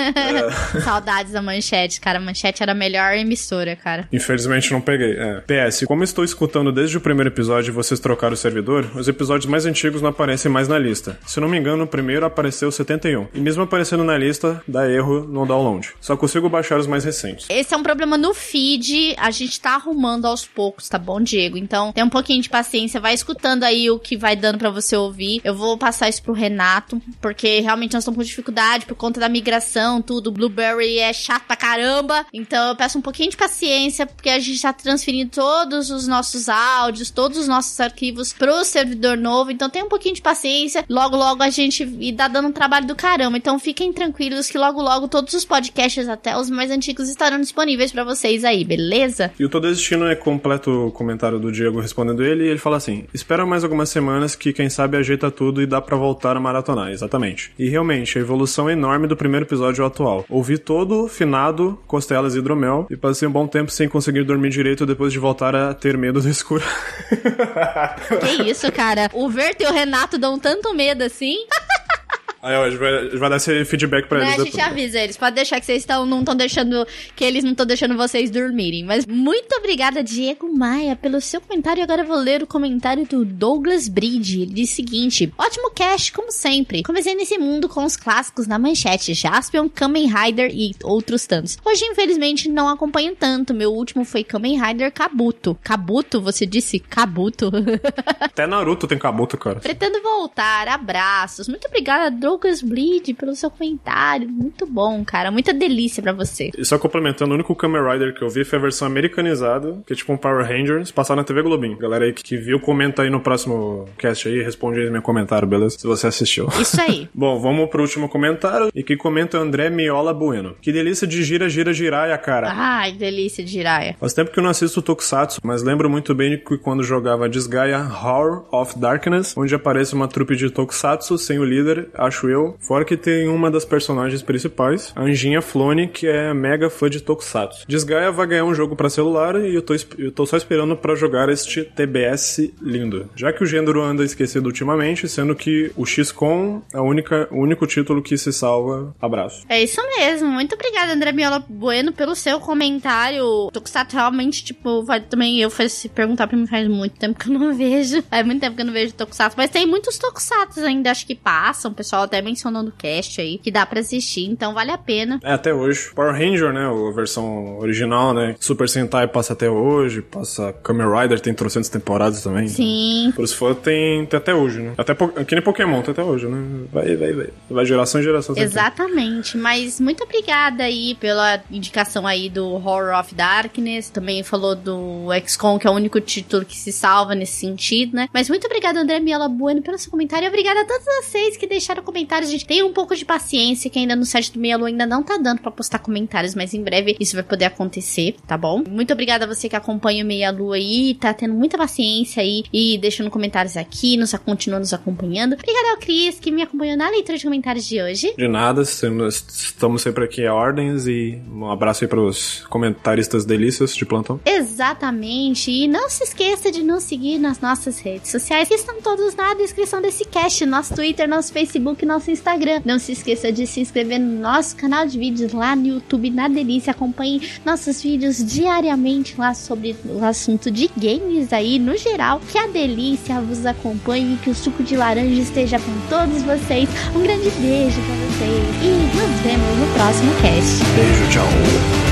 é... Saudades da Manchete, cara. A Manchete era a melhor emissora, cara. Infelizmente não peguei. É. P S, como estou escutando desde o primeiro episódio e vocês trocaram o servidor, os episódios mais antigos não aparecem mais na lista. Se não me engano, o primeiro apareceu setenta e um. E mesmo aparecendo na lista, dá erro no download. Só consigo baixar os mais recentes. Esse é um problema no feed, a gente tá arrumando aos poucos, tá bom, Diego? Então, tem um pouquinho de paciência, vai escutando aí o que vai dando pra você ouvir. Eu vou passar isso pro Renato, porque realmente nós estamos com dificuldade por conta da migração, tudo. Blueberry é chato pra caramba, então eu peço um pouquinho de paciência, porque a gente tá transferindo todos os nossos áudios, todos os nossos arquivos pro servidor novo, então tem um pouquinho de paciência. Logo, logo a gente e tá dando um trabalho do caramba, então fiquem tranquilos que logo, logo todos os podcasts, até os mais antigos, estarão disponíveis pra vocês aí, beleza? E o Tô Desistindo é completo o comentário do Diego respondendo ele, e ele fala assim: espera mais algumas semanas que quem sabe ajeita tudo e dá pra voltar a maratonar, exatamente. E realmente, a evolução é enorme do primeiro episódio ao atual. Ouvi todo, finado, costelas e hidromel, e passei um bom tempo sem conseguir conseguir dormir direito depois de voltar a ter medo do escuro. Que isso, cara? O Verto e o Renato dão tanto medo assim. Aí, ó, a gente vai, a gente vai dar esse feedback pra Né, eles a gente depois. avisa eles. Pode deixar que vocês estão, não estão deixando, que eles não estão deixando vocês dormirem. Mas muito obrigada, Diego Maia, pelo seu comentário. E agora eu vou ler o comentário do Douglas Bride. Ele diz o seguinte: ótimo cast, como sempre. Comecei nesse mundo com os clássicos na manchete, Jaspion, Kamen Rider e outros tantos. Hoje, infelizmente, não acompanho tanto. Meu último foi Kamen Rider Kabuto. Kabuto? Você disse Kabuto? Até Naruto tem Kabuto, cara. Pretendo voltar. Abraços. Muito obrigada, Douglas Bleed, pelo seu comentário. Muito bom, cara. Muita delícia pra você. E só complementando, o único Kamen Rider que eu vi foi a versão americanizada, que é tipo um Power Rangers, passar na T V Globinho. Galera aí que, que viu, comenta aí no próximo cast aí, responde aí no meu comentário, beleza? Se você assistiu. Isso aí. Bom, vamos pro último comentário. E quem comenta é o André Miola Bueno. Que delícia de gira, gira, Jiraiya, cara. Ai, delícia de Jiraiya. Faz tempo que eu não assisto Tokusatsu, mas lembro muito bem que quando jogava Disgaea Hour of Darkness, onde aparece uma trupe de Tokusatsu sem o líder, acho eu. Fora que tem uma das personagens principais, a Anjinha Flone, que é mega fã de Tokusatsu. Disgaea vai ganhar um jogo pra celular e eu tô, eu tô só esperando pra jogar este T B S lindo. Já que o gênero anda esquecido ultimamente, sendo que o X COM é a única, o único título que se salva. Abraço. É isso mesmo. Muito obrigada, André Miola Bueno, pelo seu comentário. Tokusatsu realmente, tipo, vai também eu faço perguntar pra mim faz muito tempo que eu não vejo. Faz muito tempo que eu não vejo Tokusatsu, mas tem muitos Tokusatsu ainda, acho que passam. O pessoal até mencionou no cast aí, que dá pra assistir, então vale a pena. É, até hoje. Power Ranger, né, a versão original, né, Super Sentai passa até hoje, passa Kamen Rider, tem trocentas temporadas também. Sim. Por isso for, tem, tem até hoje, né. Até que nem Pokémon, tem até hoje, né. Vai, vai, vai. Vai geração em geração. Exatamente, mas muito obrigada aí pela indicação aí do Horror of Darkness, também falou do X COM, que é o único título que se salva nesse sentido, né. Mas muito obrigada, André Miola Bueno, pelo seu comentário, e obrigada a todos vocês que deixaram comentários. A gente tem um pouco de paciência, que ainda no site do Meia Lua ainda não tá dando pra postar comentários, mas em breve isso vai poder acontecer, tá bom? Muito obrigada a você que acompanha o Meia Lua aí, tá tendo muita paciência aí e deixando comentários aqui, nos, continua nos acompanhando. Obrigada ao Cris, que me acompanhou na leitura de comentários de hoje. De nada, estamos sempre aqui a ordens e um abraço aí pros comentaristas delícias de plantão. Exatamente, e não se esqueça de nos seguir nas nossas redes sociais, que estão todos na descrição desse cast, nosso Twitter, nosso Facebook, nosso Instagram. Não se esqueça de se inscrever no nosso canal de vídeos lá no YouTube, na Delícia. Acompanhe nossos vídeos diariamente lá sobre o assunto de games aí, no geral. Que a Delícia vos acompanhe e que o suco de laranja esteja com todos vocês. Um grande beijo pra vocês e nos vemos no próximo cast. Beijo, tchau.